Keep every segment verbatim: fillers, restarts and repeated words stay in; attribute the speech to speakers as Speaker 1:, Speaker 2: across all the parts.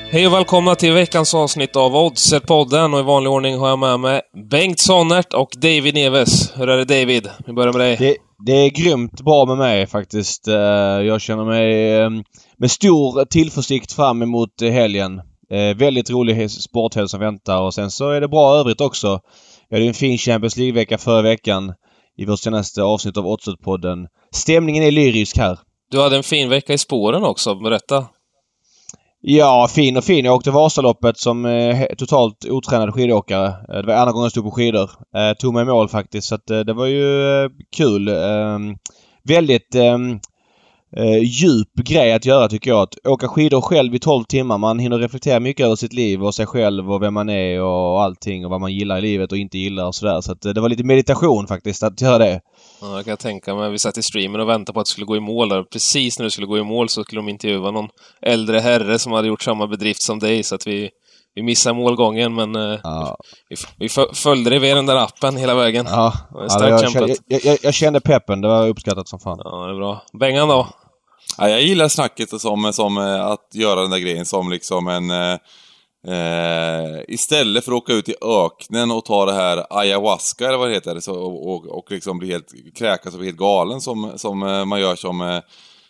Speaker 1: Hej och välkomna till veckans avsnitt av Oddset-podden, och i vanlig ordning har jag med mig Bengt Sonnert och David Neves. Hur är det, David? Vi börjar med dig.
Speaker 2: Det, det är grymt bra med mig faktiskt. Jag känner mig med stor tillförsikt fram emot helgen. Väldigt rolig sporthelg som väntar, och sen så är det bra övrigt också. Vi hade en fin Champions League-vecka förra veckan i vårt senaste avsnitt av Oddset-podden. Stämningen är lyrisk här.
Speaker 1: Du hade en fin vecka i spåren också, berätta.
Speaker 2: Ja, fin och fin. Jag åkte Vasaloppet som eh, totalt otränad skidåkare. Det var andra gången jag stod på skidor. Eh, tog mig i mål faktiskt, så att, eh, det var ju eh, kul. Eh, väldigt eh, eh, djup grej att göra, tycker jag. Att åka skidor själv i tolv timmar. Man hinner reflektera mycket över sitt liv och sig själv och vem man är och allting och vad man gillar i livet och inte gillar och sådär. Så att, eh, det var lite meditation faktiskt att göra det.
Speaker 1: Ja, jag kan tänka mig. Vi satt i streamen och väntade på att det skulle gå i mål där. Precis när det skulle gå i mål så skulle de intervjua någon äldre herre som hade gjort samma bedrift som dig, så att vi, vi missade målgången, men ja. vi, vi följde det via den där appen hela vägen.
Speaker 2: Ja, ja jag, kände, jag, jag, jag kände peppen. Det var uppskattat som fan.
Speaker 1: Ja, det är bra. Bengan då?
Speaker 3: Ja, jag gillar snacket som, som att göra den där grejen som liksom en... Eh, istället för att åka ut i öknen och ta det här ayahuasca eller vad det heter, så, och, och, och liksom bli helt kräkas och bli helt galen som, som eh, man gör som eh,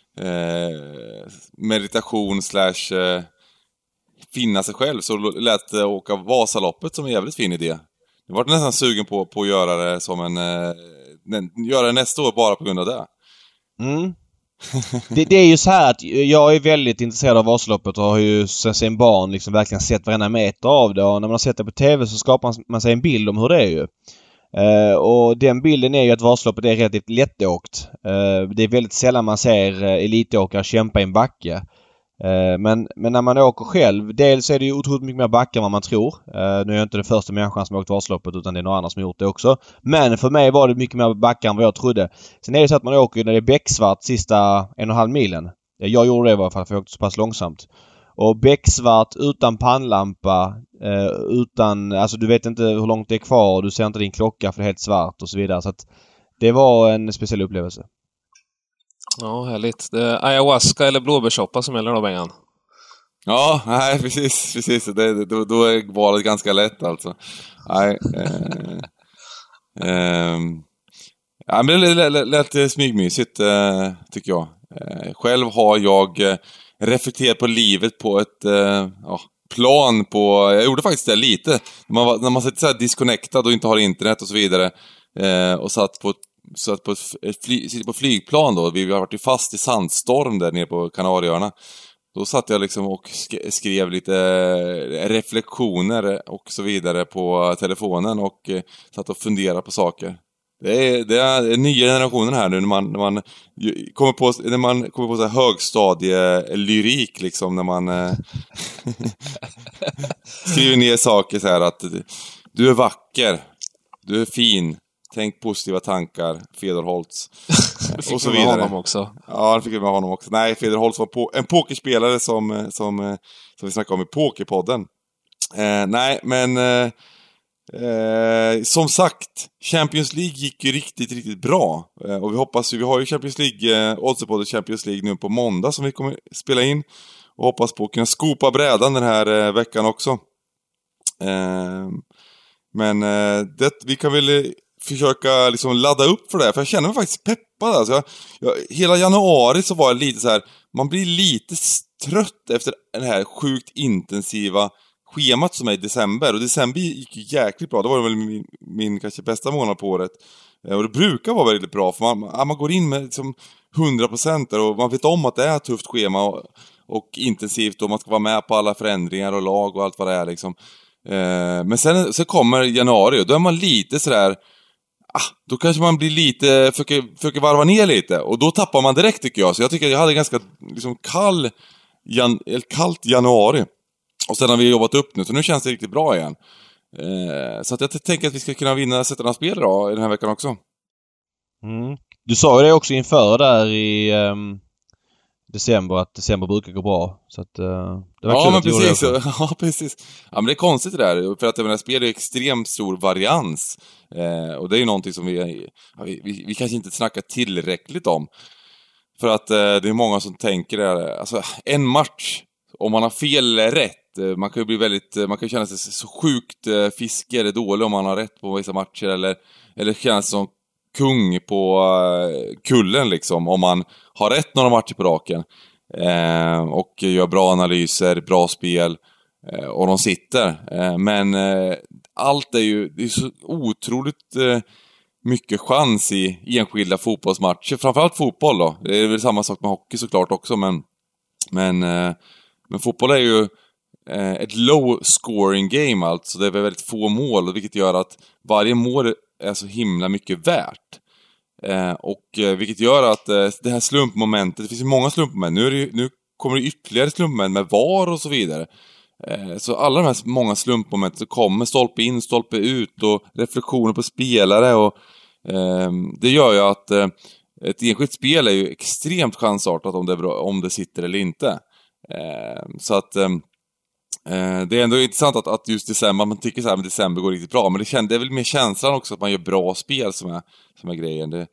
Speaker 3: meditation slash eh, finna sig själv, så lät eh, åka Vasaloppet som en jävligt fin idé. Jag var nästan sugen på, på att göra det som en eh, göra det nästa år bara på grund av det.
Speaker 2: Mm. det, det är ju så här att jag är väldigt intresserad av Vasaloppet och har ju sen, sen barn liksom verkligen sett varenda meter av det, och när man har sett det på tv så skapar man sig en bild om hur det är ju. Uh, och den bilden är ju att Vasaloppet är relativt lättåkt. Uh, det är väldigt sällan man ser uh, elitåkare kämpa i en backe. Uh, men, men när man åker själv, dels är det ju otroligt mycket mer backar än vad man tror. Uh, nu är jag inte den första människan som har åkt Vasaloppet, utan det är några andra som har gjort det också. Men för mig var det mycket mer backar än vad jag trodde. Sen är det så att man åker när det är becksvart sista en och en halv milen. Jag gjorde det i alla fall, för jag åkte så pass långsamt. Och becksvart utan pannlampa, uh, utan, alltså du vet inte hur långt det är kvar, du ser inte din klocka för det är helt svart och så vidare. Så att det var en speciell upplevelse.
Speaker 1: Ja, härligt. Det är ayahuasca eller blåbärssoppa som gäller då, Bengan.
Speaker 3: Ja, nej, precis, precis. Det, då, då är valet ganska lätt alltså. Nej, eh, eh, ja, men det lät, lät smygmysigt, eh, tycker jag. Eh, själv har jag eh, reflekterat på livet på ett eh, ja, plan på... Jag gjorde faktiskt det lite. När man, var, när man sitter så här disconnectad och inte har internet och så vidare, eh, och satt på ett Så att på ett fly, på flygplan då, vi har varit ju fast i sandstorm där nere på Kanarieöarna. Då satt jag liksom och skrev lite reflektioner och så vidare på telefonen och satt och funderade på saker. Det är, det är nya generationen här nu när man, när man kommer på, när man kommer på så här högstadielyrik liksom, när man skriver ner saker så här att du är vacker, du är fin. Tänk positiva tankar, Fedor Holtz. Och så vidare.
Speaker 1: Med honom också.
Speaker 3: Ja, det fick jag med honom också. Nej, Fedor Holtz var på, en pokerspelare som, som, som vi snackade om i Pokerpodden. Eh, nej, men eh, eh, som sagt, Champions League gick ju riktigt, riktigt bra. Eh, och vi hoppas ju, vi har ju Champions League, eh, Oddset-podden Champions League nu på måndag som vi kommer spela in. Och hoppas på att kunna skopa brädan den här eh, veckan också. Eh, men eh, det, vi kan väl försöka liksom ladda upp för det, för jag känner mig faktiskt peppad alltså. jag, jag, hela januari så var jag lite så här, man blir lite trött efter det här sjukt intensiva schemat som är i december, och december gick ju jäkligt bra. Det var väl min, min kanske bästa månad på året, och det brukar vara väldigt bra för man, man går in med liksom hundra procent och man vet om att det är ett tufft schema och, och intensivt, och man ska vara med på alla förändringar och lag och allt vad det är liksom. eh, men sen så kommer januari och då är man lite sådär, Ah, då kanske man blir lite, försöker, försöker varva ner lite, och då tappar man direkt tycker jag. Så jag tycker att jag hade ganska liksom kall jan, kallt januari, och sen har vi jobbat upp nu, så nu känns det riktigt bra igen. eh, Så att jag tänker att vi ska kunna vinna sättarna spel då, i den här veckan också.
Speaker 2: Mm. Du sa ju det också inför där i um, december, att december brukar gå bra. Så att, uh, det var
Speaker 3: ja,
Speaker 2: kul
Speaker 3: men
Speaker 2: att du
Speaker 3: precis.
Speaker 2: gjorde det.
Speaker 3: Ja, precis. Ja, men det är konstigt det där. För att jag menar, spel är extremt stor varians. Eh, och det är ju någonting som vi, ja, vi, vi, vi kanske inte snackar tillräckligt om. För att eh, det är många som tänker det här, alltså en match, om man har fel rätt, Man kan ju bli väldigt, man kan känna sig så sjukt fiskig eller dålig om man har rätt på vissa matcher, eller, eller känna sig som kung på kullen liksom, om man har rätt några matcher på raken. Eh, och gör bra analyser, bra spel, eh, och de sitter. Eh, men eh, allt är ju, det är så otroligt eh, mycket chans i enskilda fotbollsmatcher, framförallt fotboll då. Det är väl samma sak med hockey såklart också, men men, eh, men fotboll är ju eh, ett low scoring game, alltså det är väldigt få mål, vilket gör att varje mål är så himla mycket värt. Eh, och eh, vilket gör att eh, det här slumpmomentet, det finns ju många slumpmoment, nu, är det ju, nu kommer det ytterligare slumpmoment med V A R och så vidare. Eh, så alla de här många slumpmoment så kommer stolpe in, stolpe ut och reflektioner på spelare, och eh, det gör ju att eh, ett enskilt spel är ju extremt chansartat om det, är bra, om det sitter eller inte. Eh, så att eh, det är ändå intressant att, att just december, man tycker så här, men december går riktigt bra, men det, kände, det är väl mer känslan också att man gör bra spel som är, som är grejen. Det,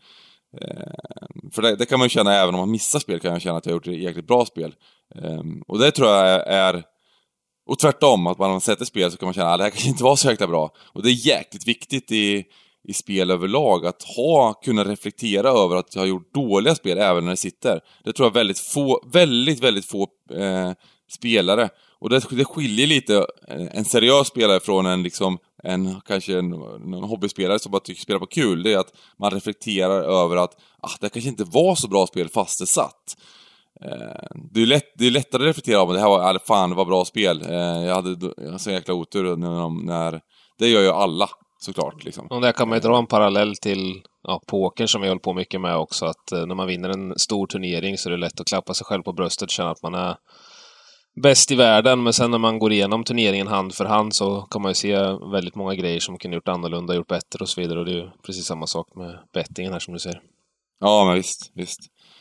Speaker 3: eh, för det, det kan man ju känna även om man missar spel, kan jag känna att jag har gjort ett jäkligt bra spel. Eh, och det tror jag är, är och tvärtom, att man sätter spel så kan man känna att det här kanske inte var så jäkla bra. Och det är jäkligt viktigt i, i spel överlag att ha, kunna reflektera över att jag har gjort dåliga spel även när det sitter. Det tror jag väldigt få, väldigt, väldigt få eh, spelare. Och det, det skiljer lite en seriös spelare från en, liksom, en kanske en, en hobbyspelare som bara tycker spela på kul. Det är att man reflekterar över att ah, det kanske inte var så bra spel fast det satt. Eh, det, är lätt, det är lättare att reflektera om det här var, eller fan, det var bra spel. Eh, jag hade jag hade så jäkla otur när, när det gör ju alla såklart liksom.
Speaker 1: Och där kan man ju dra en parallell till ja, poker som vi håller på mycket med också, att eh, när man vinner en stor turnering så är det lätt att klappa sig själv på bröstet och känna att man är bäst i världen, men sen när man går igenom turneringen hand för hand så kan man ju se väldigt många grejer som man kunde gjort annorlunda, gjort bättre och så vidare, och det är ju precis samma sak med bettingen här som du säger.
Speaker 3: Ja, men visst, visst.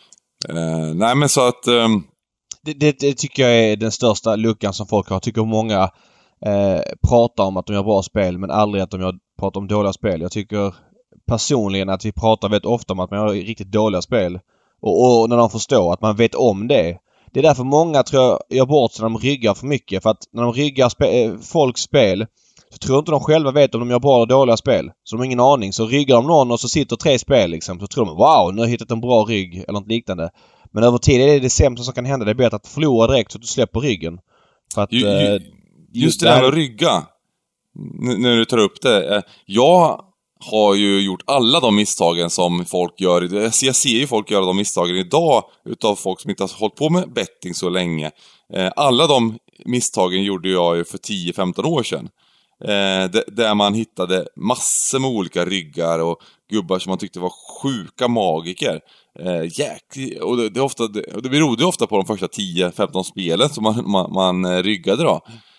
Speaker 3: Uh, nej, men så att... Um...
Speaker 2: Det, det, det tycker jag är den största luckan som folk har. Jag tycker många eh, pratar om att de gör bra spel, men aldrig att de gör, pratar om dåliga spel. Jag tycker personligen att vi pratar väldigt ofta om att man gör riktigt dåliga spel. Och, och när de förstår att man vet om det. Det är därför många tror jag gör bort sig när de ryggar för mycket. För att när de ryggar spe, folks spel så tror inte de själva vet om de gör bra eller dåliga spel. Så de har ingen aning. Så ryggar de någon och så sitter tre spel liksom. Så tror de, wow, nu har jag hittat en bra rygg eller något liknande. Men över tid är det det sämsta som kan hända. Det är bättre att förlora direkt så att du släpper ryggen. För att,
Speaker 3: ju, ju, just det där med att rygga. N- när du tar upp det. Jag har ju gjort alla de misstagen som folk gör. Jag ser ju folk göra de misstagen idag utav folk som inte har hållit på med betting så länge. Alla de misstagen gjorde jag ju för tio femton år sedan. Där man hittade massor med olika ryggar och gubbar som man tyckte var sjuka magiker. Jäkligt. Och det, det, ofta, det, det berodde ju ofta på de första tio femton spelen som man, man, man ryggade då.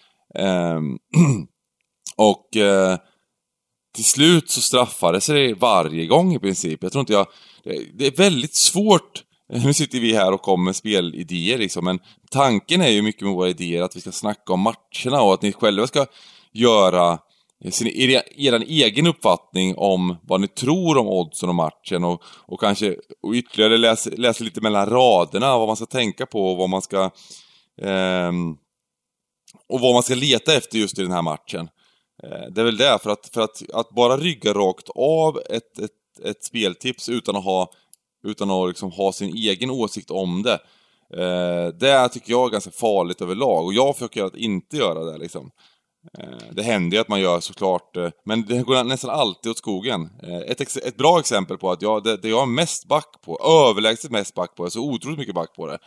Speaker 3: Och till slut så straffade sig det varje gång i princip. Jag tror inte jag... Det är väldigt svårt. Nu sitter vi här och kommer med spelidéer liksom. Men tanken är ju mycket med våra idéer att vi ska snacka om matcherna och att ni själva ska göra sin, er, er egen uppfattning om vad ni tror om oddsen och matchen. Och, och kanske och ytterligare läsa, läsa lite mellan raderna vad man ska tänka på och vad man ska... Eh, och vad man ska leta efter just i den här matchen. Det är väl det, för att, för att, att bara rygga rakt av ett, ett, ett speltips utan att ha, utan att liksom ha sin egen åsikt om det. Eh, det tycker jag är ganska farligt överlag. Och jag försöker att inte göra det liksom. Eh, det händer ju att man gör såklart. Eh, men det går nästan alltid åt skogen. Eh, ett, ex, ett bra exempel på att jag, det, det jag är mest back på, överlägset mest back på, jag är så otroligt mycket back på det.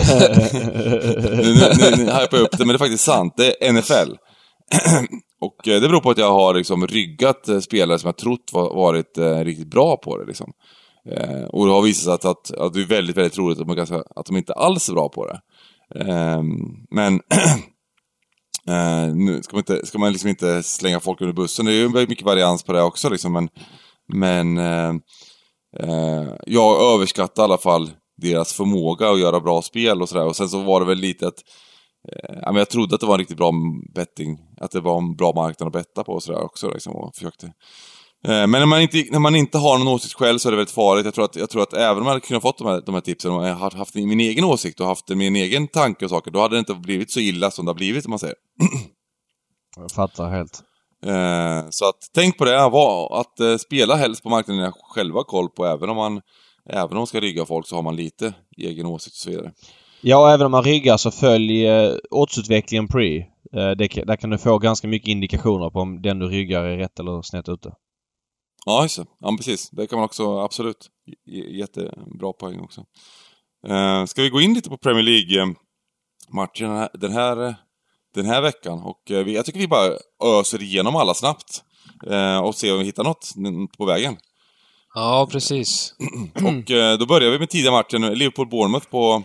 Speaker 3: nu nu, nu, nu hypar jag upp det, men det är faktiskt sant. Det är N F L. Och det beror på att jag har liksom ryggat spelare som jag trott var, varit eh, riktigt bra på det liksom. Eh, och det har visat sig att, att, att det är väldigt, väldigt roligt att, man ganska, att de inte alls är bra på det. Eh, men eh, nu ska man, inte, ska man liksom inte slänga folk under bussen. Det är ju väldigt mycket varians på det också liksom. Men, men eh, eh, jag överskattar i alla fall deras förmåga att göra bra spel och sådär. Och sen så var det väl lite att Ja, men jag trodde att det var en riktigt bra betting, att det var en bra marknad att betta på och sådär också liksom, och försökte Men när man, inte, när man inte har någon åsikt själv så är det väldigt farligt. Jag tror att, jag tror att även om jag hade kunnat fått de här, de här tipsen och jag hade haft min egen åsikt och haft min egen tanke och saker, då hade det inte blivit så illa som det har blivit, som man säger.
Speaker 2: Jag fattar helt.
Speaker 3: Eh, så att tänk på det, var, att eh, spela helst på marknaden jag själva har koll på, även om man även om man ska rygga folk så har man lite egen åsikt och så vidare.
Speaker 2: Ja, även om man ryggar så följ eh, oddsutvecklingen pre. Eh, det, där kan du få ganska mycket indikationer på om den du ryggar är rätt eller snett ute.
Speaker 3: Ja, just det. Ja, precis. Det kan man också, absolut. J- jättebra poäng också. Eh, ska vi gå in lite på Premier League-matchen den här, den här veckan? Och eh, jag tycker vi bara öser igenom alla snabbt. Eh, och ser om vi hittar något på vägen.
Speaker 1: Ja, precis.
Speaker 3: Och eh, då börjar vi med tidiga matchen. Liverpool-Bournemouth på,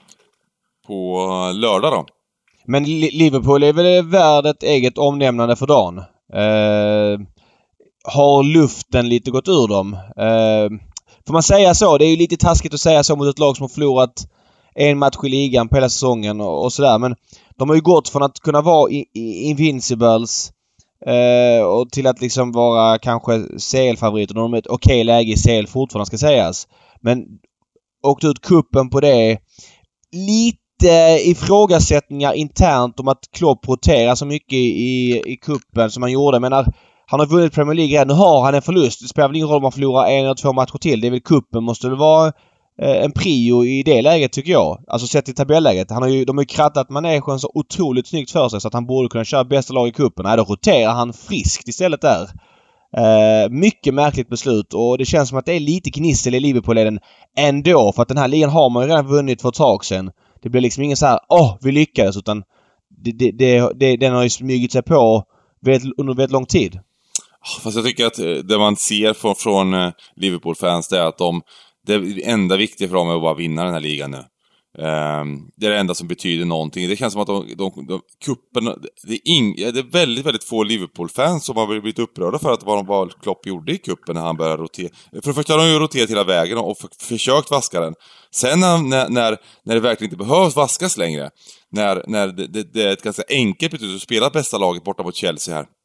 Speaker 3: på lördag då.
Speaker 2: Men Liverpool är väl värd ett eget omnämnande för dagen. Eh, har luften lite gått ur dem? Eh, får man säga så? Det är ju lite taskigt att säga så mot ett lag som har förlorat en match i ligan på hela säsongen och, och sådär. Men de har ju gått från att kunna vara i, i Invincibles eh, och till att liksom vara kanske C L-favoriter. De har ett okej läge i C L fortfarande, ska sägas. Men åkte ut kuppen på det. Lite ifrågasättningar internt om att Klopp roterar så mycket i, i kuppen som han gjorde. Men när han har vunnit Premier League redan, nu har han en förlust. Det spelar väl ingen roll om man förlorar en eller två matcher till. Det är väl kuppen, måste det vara eh, en prio i det läget, tycker jag. Alltså sett i tabelläget. Han har ju, de har ju krattat manegen så otroligt snyggt för sig så att han borde kunna köra bästa lag i kuppen. Nej, då roterar han friskt istället där. Eh, mycket märkligt beslut och det känns som att det är lite gnissel i Liverpool-leden ändå, för att den här ligan har man ju redan vunnit för ett tag sedan. Det blir liksom ingen så här, åh, oh, vi lyckades, utan det, det, det, det, den har ju smugit sig på väldigt, under väldigt lång tid.
Speaker 3: Fast jag tycker att det man ser från, från Liverpool-fans, det är att de, det enda viktiga för dem är att bara vinna den här ligan nu. Um, det är det enda som betyder någonting. Det känns som att de, de, de kuppen, det är, ing, det är väldigt, väldigt få Liverpool-fans som har blivit upprörda för att vad, vad Klopp gjorde i kuppen när han började rotera. För det första har de ju roterat hela vägen och för, försökt vaska den. Sen när, när, när det verkligen inte behövs vaskas längre, när, när det, det, det är ett ganska enkelt beslut att spela bästa laget borta mot Chelsea här,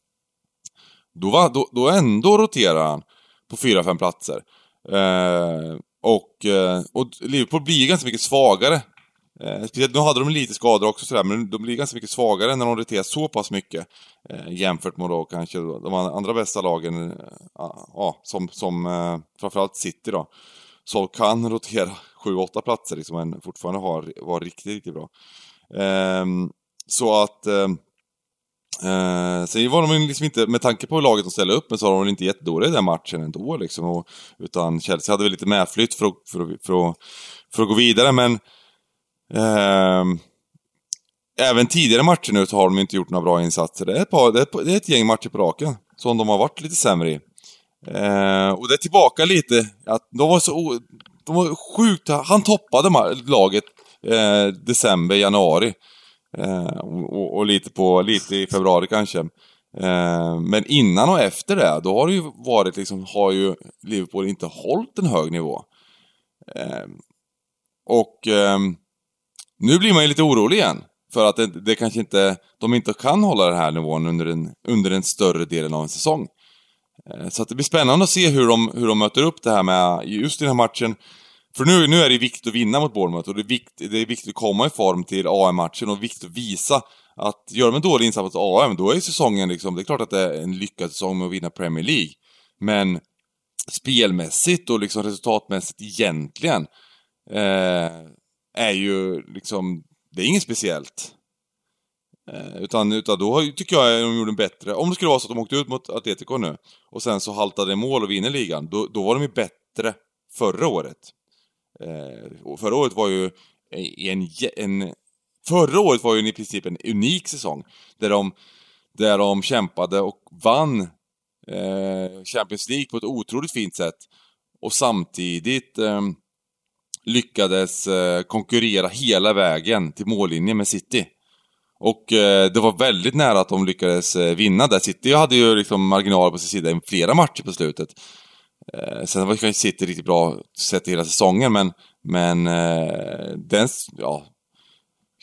Speaker 3: då, var, då, då ändå roterar han på fyra, fem platser. Uh, och, uh, och Liverpool blir ganska mycket svagare. Uh, speciellt nu hade de lite skador också sådär, men de blir ganska mycket svagare när de roterar så pass mycket uh, jämfört med då kanske de andra bästa lagen, uh, uh, som, som uh, framförallt City då, som kan rotera sju åtta platser liksom, men fortfarande har, var riktigt, riktigt bra. Uh, så att uh, Uh, sen var de liksom inte, med tanke på laget de ställde upp, men så har de inte jättedåliga i den matchen ändå liksom, och, utan Chelsea hade väl lite medflytt för att, för att, för att, för att gå vidare, men uh, även tidigare matcher nu så har de inte gjort några bra insatser. Det är ett, par, det är ett, det är ett gäng matcher på raken som de har varit lite sämre i. Uh, och det är tillbaka lite att de var så de var sjukt, han toppade laget uh, december, januari. Uh, och, och lite på lite i februari kanske. Uh, men innan och efter det, då har det ju varit liksom, har ju Liverpool inte hållit en hög nivå. Uh, och uh, nu blir man ju lite orolig igen för att det, det kanske inte, de inte kan hålla den här nivån under en, under en större delen av en säsong. Uh, så att det blir spännande att se hur de, hur de möter upp det här med just den här matchen. För nu, nu är det viktigt att vinna mot Bournemouth och det är, viktigt, det är viktigt att komma i form till A M-matchen och viktigt att visa att gör de en dålig insats mot A M, då är säsongen liksom, det är klart att det är en lyckad säsong med att vinna Premier League. Men spelmässigt och liksom resultatmässigt egentligen eh, är ju liksom, det är inget speciellt. Eh, utan, utan då tycker jag de gjorde en bättre, om det skulle vara så att de åkte ut mot Atletico nu och sen så haltade mål och vinner ligan, då, då var de ju bättre förra året. Eh, och förra året var ju en, en förra året var ju i princip en unik säsong där de, där de kämpade och vann eh, Champions League på ett otroligt fint sätt och samtidigt eh, lyckades eh, konkurrera hela vägen till mållinjen med City. Och eh, det var väldigt nära att de lyckades eh, vinna där. City hade ju liksom marginaler på sin sida i flera matcher på slutet. Eh, sen var kanske City riktigt bra sett i hela säsongen, men, men eh, den, ja,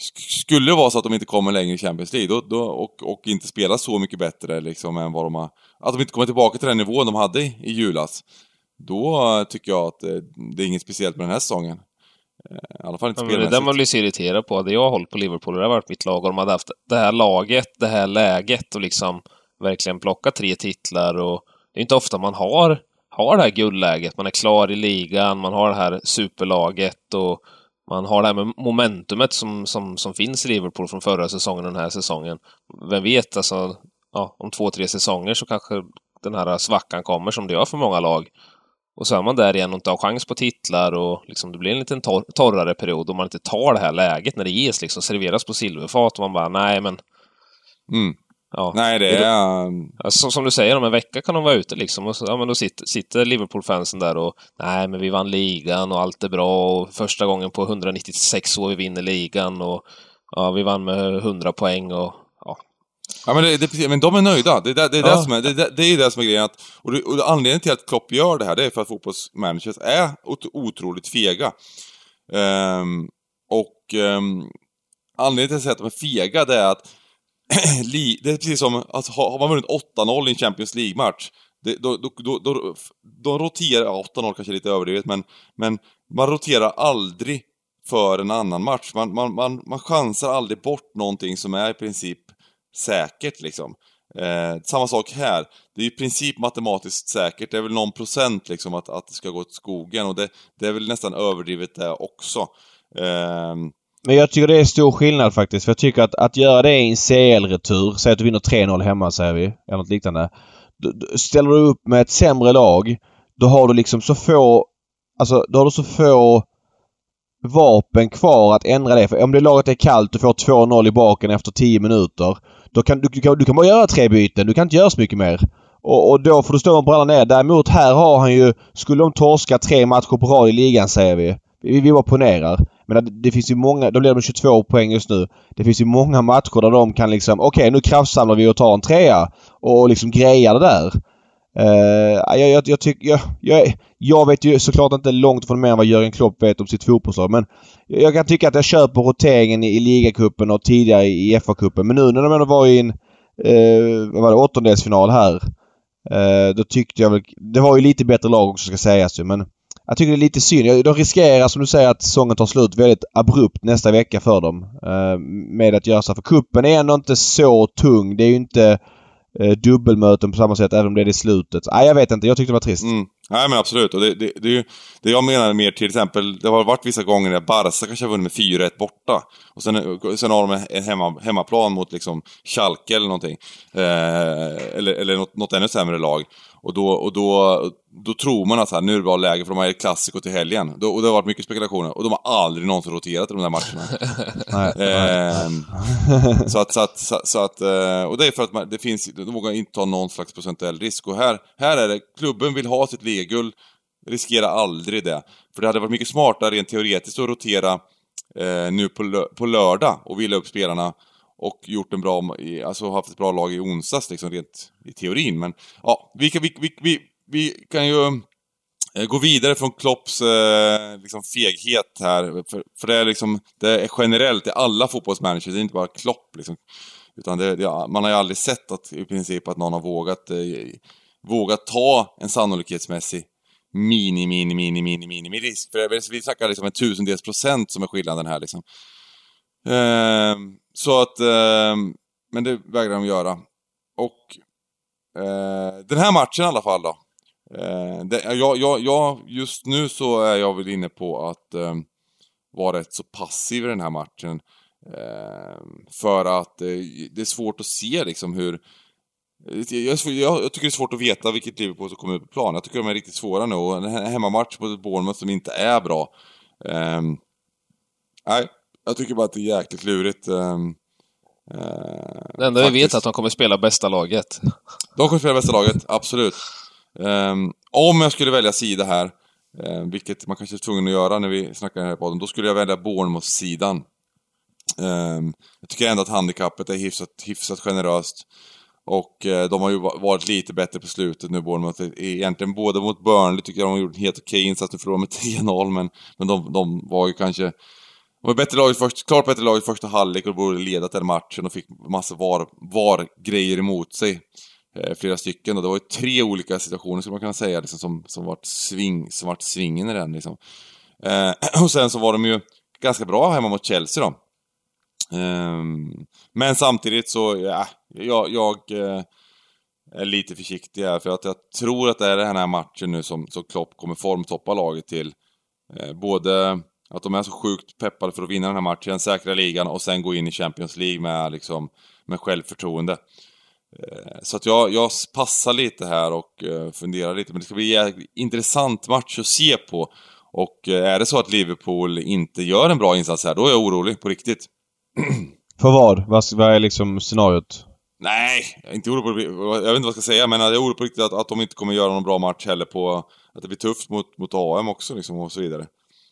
Speaker 3: skulle det vara så att de inte kommer längre i Champions League då, då, och, och inte spelar så mycket bättre liksom, än vad de har, att de inte kommer tillbaka till den nivån de hade i, i julas, då tycker jag att det, det är inget speciellt med den här säsongen. I alla fall inte
Speaker 1: ja, det där man blir så irriterad på. Det jag har hållit på Liverpool, det har varit mitt lag, och de hade haft det här laget, det här läget och liksom verkligen plocka tre titlar. Och det är inte ofta man har, har det här guldläget. Man är klar i ligan, man har det här superlaget och man har det här med momentumet som, som, som finns i Liverpool från förra säsongen och den här säsongen. Vem vet, alltså, ja, om två, tre säsonger så kanske den här svackan kommer som det gör för många lag. Och så är man där igen och inte har chans på titlar och liksom det blir en liten tor- torrare period om man inte tar det här läget när det ges, liksom serveras på silverfat och man bara, nej men...
Speaker 3: Mm.
Speaker 1: Ja,
Speaker 3: nej, det är...
Speaker 1: Ja, som, som du säger, om en vecka kan de vara ute liksom och så, ja, men då sitter, sitter Liverpool-fansen där och nej, men vi vann ligan och allt är bra och första gången på hundranittiosex år vi vinner ligan och ja, vi vann med hundra poäng och ja.
Speaker 3: Ja, men, det, det, men de är nöjda. Det, det, det, är,
Speaker 1: ja.
Speaker 3: det, som är, det, det är ju det som är grejen. Att, och, det, och anledningen till att Klopp gör det här, det är för att fotbollsmanagers är otroligt fega. Um, och um, anledningen till att säga att de är fega, det är att det är precis som att har man vunnit åtta noll i en Champions League-match, det, då, då, då, då, då roterar, åtta noll kanske lite överdrivet, men, men man roterar aldrig för en annan match. Man, man, man, man chansar aldrig bort någonting som är i princip säkert liksom. Eh, samma sak här. Det är i princip matematiskt säkert. Det är väl någon procent liksom att, att det ska gå till skogen, och det, det är väl nästan överdrivet där också. Eh,
Speaker 2: Men jag tycker det är stor skillnad faktiskt. För jag tycker att, att göra det i en C L-retur, säg att du vinner tre noll hemma, säger vi, eller något liknande. Du, du, ställer du upp med ett sämre lag, då har du liksom så få, alltså då har du så få vapen kvar att ändra det. För om det laget är kallt och får två noll i baken efter tio minuter, då kan du, du, kan, du kan bara göra tre byten. Du kan inte göra så mycket mer. Och, och då får du stå och bralla ner. Däremot här har han ju, skulle de torska tre matcher på rad i ligan, säger vi. Vi, vi bara ponerar. Men det, det finns ju många, de blir med tjugotvå poäng just nu. Det finns ju många matcher där de kan liksom, okej okay, nu kraftsamlar vi och tar en trea och liksom grejar det där. Uh, jag, jag, jag, tycker, jag, jag, jag vet ju såklart inte långt från mer än vad Jürgen Klopp vet om sitt fotbollslag, men jag kan tycka att jag köper roteringen i, i ligacupen och tidigare i F A-cupen. Men nu när de ändå var i en uh, vad var det, åttondelsfinal här, uh, då tyckte jag väl, det var ju lite bättre lag också ska sägas ju, men jag tycker det är lite synd. De riskerar, som du säger, att säsongen tar slut väldigt abrupt nästa vecka för dem uh, med att göra så. För kuppen är ändå inte så tung. Det är ju inte uh, dubbelmöten på samma sätt, även om det är i slutet. Nej, jag vet inte. Jag tyckte det var trist.
Speaker 3: Mm. Nej, men absolut. Och det, det, det, är ju, det jag menar mer till exempel, det har varit vissa gånger när Barca kanske har vunnit med fyra ett borta. Och sen, sen har de en hemma, hemmaplan mot liksom Schalke eller någonting. Eh, eller eller något, något ännu sämre lag. Och då, och då, då tror man att så här, nu är det bra läge för de har ett klassiko till helgen. Då, och det har varit mycket spekulationer. Och de har aldrig någonsin roterat i de där matcherna. eh, så att, så att, så, så att eh, och det är för att man, det finns, de vågar inte ta någon slags procentuell risk. Och här, här är det, klubben vill ha sitt ligaguld, riskerar aldrig det. För det hade varit mycket smartare rent teoretiskt att rotera eh, nu på, lö- på lördag och vila upp spelarna. Och gjort en bra, alltså haft ett bra lag i onsdags liksom rent i teorin. Men ja, vi kan, vi, vi, vi, vi kan ju eh, gå vidare från Klopps eh, liksom feghet här. För, för det är liksom, det är generellt i alla fotbollsmanagers, det är inte bara Klopp liksom. Utan det, det, man har ju aldrig sett att i princip att någon har vågat eh, vågat ta en sannolikhetsmässig mini, mini, mini, mini, mini risk. För vi snackar liksom en tusendels procent som är skillnaden här liksom. Eh, så att eh, men det vägrar de göra. Och eh, den här matchen i alla fall då. Eh, det, jag, jag, jag, just nu så är jag väl inne på att eh, vara rätt så passiv i den här matchen. Eh, för att eh, det är svårt att se liksom hur jag, jag, jag tycker det är svårt att veta vilket Liverpool som kommer ut på plan. Jag tycker de är riktigt svåra nu. Och en hemmamatch på ett Bournemouth som inte är bra. Eh, nej, jag tycker bara att det är jäkligt lurigt. Eh,
Speaker 1: det enda vi vet är att de kommer spela bästa laget.
Speaker 3: De kommer spela bästa laget, absolut. Eh, om jag skulle välja sida här, eh, vilket man kanske är tvungen att göra när vi snackar den här podden, då skulle jag välja Bournemouth-sidan. Eh, jag tycker ändå att handikappet är hyfsat, hyfsat generöst. Och eh, de har ju varit lite bättre på slutet nu, Bournemouth. Egentligen både mot Burnley tycker jag de har gjort en helt okej insats. Nu förlorade med tre noll, men, men de, de var ju kanske... De var bättre lag först, klart bättre lag i första halvlek och borde leda till den matchen och fick massa var, var grejer emot sig. eh, flera stycken. Och det var ju tre olika situationer skulle man kunna säga liksom, som, som vart sving, som vart svingen i den liksom. Eh, och sen så var de ju ganska bra hemma mot Chelsea då. Eh, men samtidigt så, ja, jag, jag eh, är lite försiktig här. För att jag tror att det är den här matchen nu som, som Klopp kommer formtoppa laget till. Eh, både att de är så sjukt peppade för att vinna den här matchen, säkra ligan och sen gå in i Champions League med, liksom, med självförtroende. Eh, så att jag, jag passar lite här och eh, funderar lite. Men det ska bli en intressant match att se på. Och eh, är det så att Liverpool inte gör en bra insats här, då är jag orolig på riktigt.
Speaker 2: För vad? Vad, vad är liksom scenariot?
Speaker 3: Nej, jag är inte orolig på, jag vet inte vad jag ska säga, men jag är orolig på riktigt att, att de inte kommer göra någon bra match heller på att det blir tufft mot, mot A M också liksom, och så vidare.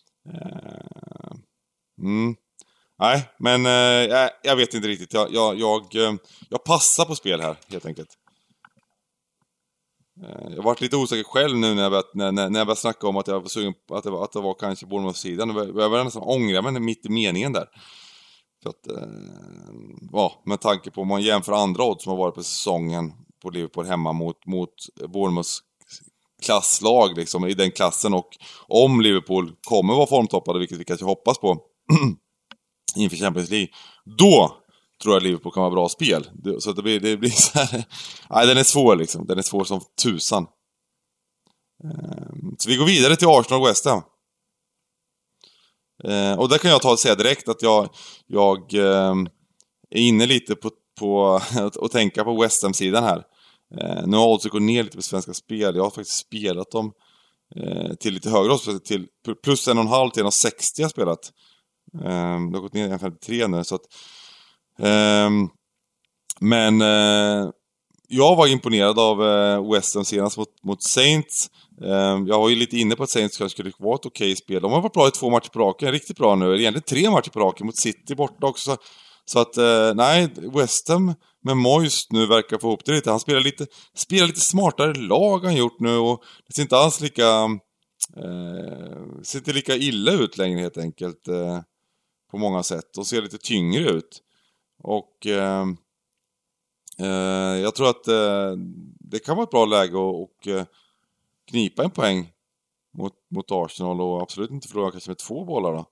Speaker 3: Mm. Nej, men äh, jag vet inte riktigt. Jag, jag, jag, jag passar på spel här, helt enkelt. Jag har varit lite osäker själv nu när jag började, när, när jag började snacka om att jag var sugen på att det var, att det var kanske Bournemouth-sidan. Jag var nästan ångra mig mitt i meningen där. För att, äh, ja, med tanke på om man jämför andra odds som har varit på säsongen på Liverpool hemma mot, mot Bournemouths klasslag liksom, i den klassen, och om Liverpool kommer vara formtoppade, vilket vi kanske hoppas på inför Champions League, då tror jag Liverpool kan vara bra spel. Så det blir, det blir så här. Nej, den är svår liksom. Den är svår som tusan. Så vi går vidare till Arsenal och West Ham. Och där kan jag ta och säga direkt att jag, jag är inne lite på, på att tänka på West Ham-sidan här. Eh, nu har jag också gått ner lite på Svenska Spel. Jag har faktiskt spelat dem eh, till lite högre odds, till plus en och en halv till en och sextio jag har spelat. Eh, det har gått ner en femtiotre nu. Så att, eh, men eh, jag var imponerad av eh, West Ham senast mot, mot Saints. Eh, jag var ju lite inne på att Saints kanske skulle vara ett okej spel. De har varit bra i två matcher på raken. Riktigt bra nu. Egentligen tre matcher på raken mot City borta också. Så, så att, eh, nej, West Ham med Moyes nu verkar få ihop det lite. Han spelar lite, spelar lite smartare lag han gjort nu. Och det ser inte alls lika eh, ser inte lika illa ut längre helt enkelt. Eh, på många sätt. Och ser lite tyngre ut. Och eh, eh, jag tror att eh, det kan vara ett bra läge och, och eh, knipa en poäng mot, mot Arsenal. Och absolut inte förlora kanske med två bollar då.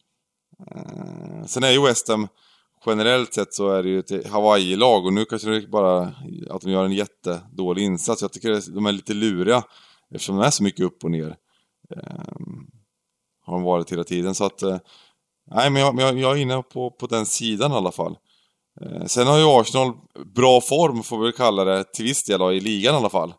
Speaker 3: Eh, sen är ju West Ham generellt sett så är det ju ett Hawaii-lag, och nu kanske det är bara att de gör en jättedålig insats. Jag tycker att de är lite luriga eftersom de är så mycket upp och ner. Eh, har de varit hela tiden. Så att, eh, nej, men jag, jag, jag är inne på, på den sidan i alla fall. Eh, sen har ju Arsenal bra form, får vi väl kalla det, till viss del i ligan i alla fall.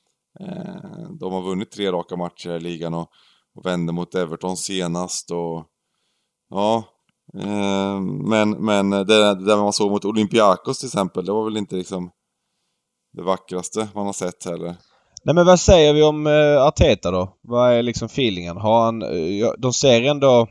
Speaker 3: Eh, de har vunnit tre raka matcher i ligan och, och vände mot Everton senast. Och ja... Uh, men men det där man såg mot Olympiakos till exempel, det var väl inte liksom det vackraste man har sett heller.
Speaker 2: Nej, men vad säger vi om uh, Arteta då? Vad är liksom feelingen? Har han, uh, de ser ändå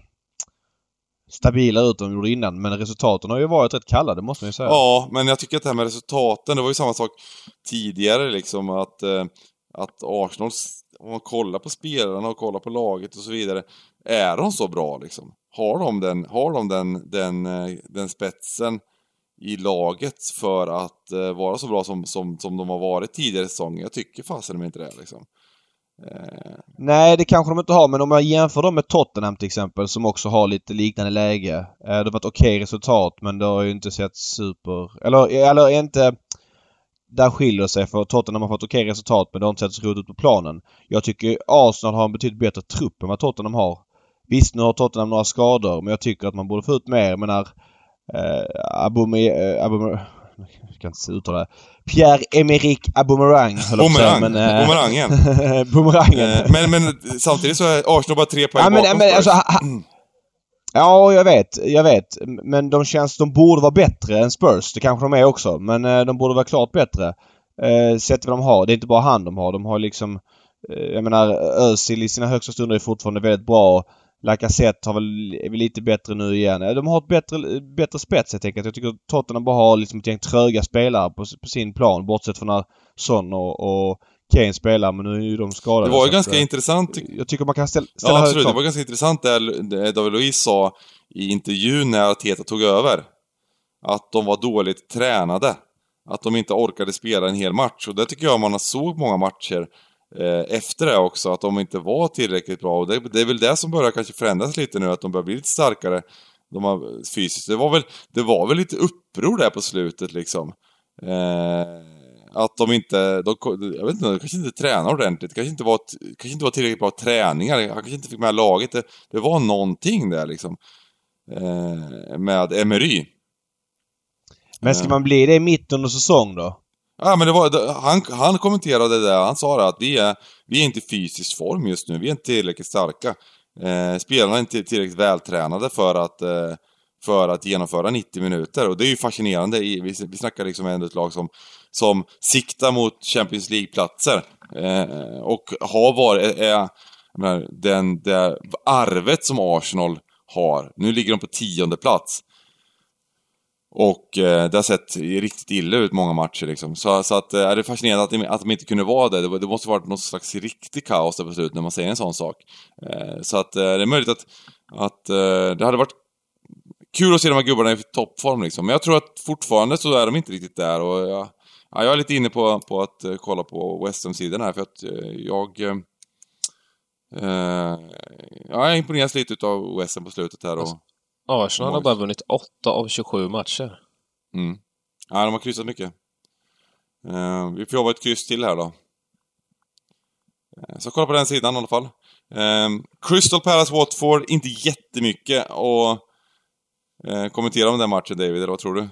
Speaker 2: stabila ut än de gjorde innan, men resultaten har ju varit rätt kalla, det måste man ju säga.
Speaker 3: Ja, men jag tycker att det här med resultaten, det var ju samma sak tidigare liksom, att, uh, att Arsenal, om man kollar på spelarna och kollar på laget och så vidare, är de så bra liksom? Har de den, har de den, den, den spetsen i laget för att uh, vara så bra som, som, som de har varit tidigare säsonger? Jag tycker fasen de inte det liksom. Uh...
Speaker 2: Nej, det kanske de inte har, men om jag jämför dem med Tottenham till exempel, som också har lite liknande läge. Uh, det har varit okej resultat, men det har ju inte sett super... Eller, eller inte... Där skiljer sig, för Tottenham har fått okej resultat, men det har inte sett så roligt ut på planen. Jag tycker Arsenal har en betydligt bättre trupp än vad Tottenham har. Visst, nu har Tottenham några skador, men jag tycker att man borde få ut mer. Men när eh, Aubame, eh, Aubame, jag kan inte uttala det. Pierre-Emerick Aubameyang.
Speaker 3: Bumerang.
Speaker 2: Men, eh,
Speaker 3: Bumerangen.
Speaker 2: Bumerangen.
Speaker 3: Eh, men, men samtidigt så är Arsenal bara tre poäng
Speaker 2: ja, men,
Speaker 3: bakom.
Speaker 2: Men, alltså, ha, ja, jag vet. Jag vet. Men de känns, de borde vara bättre än Spurs. Det kanske de är också. Men eh, de borde vara klart bättre. Eh, sett vad de har. Det är inte bara han de har. De har liksom... Jag menar, Özil i sina högsta stunder är fortfarande väldigt bra. Lacazette har väl, är väl lite bättre nu igen. De har ett bättre, bättre spets, jag tänker. Jag tycker att Tottenham bara har liksom ett gäng tröga spelare på, på sin plan. Bortsett från när Son och, och Kane spelar. Men nu är ju de skadade.
Speaker 3: Det var ju
Speaker 2: så
Speaker 3: ganska
Speaker 2: att,
Speaker 3: intressant.
Speaker 2: Jag tycker man kan ställa, ställa
Speaker 3: ja, absolut.
Speaker 2: Krav.
Speaker 3: Det var ganska intressant det David Luiz sa i intervjun när Arteta tog över. Att de var dåligt tränade. att de inte orkade spela en hel match. Och det tycker jag man har såg många matcher eh, efter det också, att de inte var tillräckligt bra. Och det, det är väl det som börjar kanske förändras lite nu, att de börjar bli lite starkare. De har fysiskt. Det var väl, det var väl lite uppror där på slutet liksom. Eh, att de inte, de, jag vet inte, de kanske inte tränar ordentligt. Det kanske inte var, kanske inte var tillräckligt bra träningar. Han kanske inte fick med laget. Det, det var någonting där liksom. Eh, med Emery.
Speaker 2: Men ska man bli det i mitten under säsong då?
Speaker 3: Ja, men det var, han, han kommenterade det. Han sa det att vi är, vi är inte i fysisk form just nu. Vi är inte tillräckligt starka. Eh, spelarna är inte tillräckligt vältränade för att, eh, för att genomföra nittio minuter. Och det är ju fascinerande. Vi, vi snackar liksom med ett lag som, som siktar mot Champions League-platser. Eh, och har varit... Eh, menar, den, det arvet som Arsenal har. Nu ligger de på tionde plats. Och eh, det har sett riktigt illa ut många matcher liksom. Så, så att, eh, är det fascinerande att de, att de inte kunde vara det. Det, det måste varit något slags riktig kaos där på slutet när man säger en sån sak. Eh, så att eh, det är möjligt att, att eh, det hade varit kul att se de här gubbarna i toppform liksom. Men jag tror att fortfarande så är de inte riktigt där. Och jag, ja, jag är lite inne på, på att uh, kolla på West Ham-sidan här. För att uh, jag... Uh, uh, jag imponeras lite av West Ham på slutet här. Och,
Speaker 1: Arsenal har bara vunnit åtta av tjugosju matcher.
Speaker 3: Mm. Ja, de har kryssat mycket. Uh, vi får jobba ett kryss till här då. Uh, så kolla på den sidan i alla fall. Uh, Crystal Palace Watford, inte jättemycket och uh, kommentera om den matchen, David, eller vad tror du?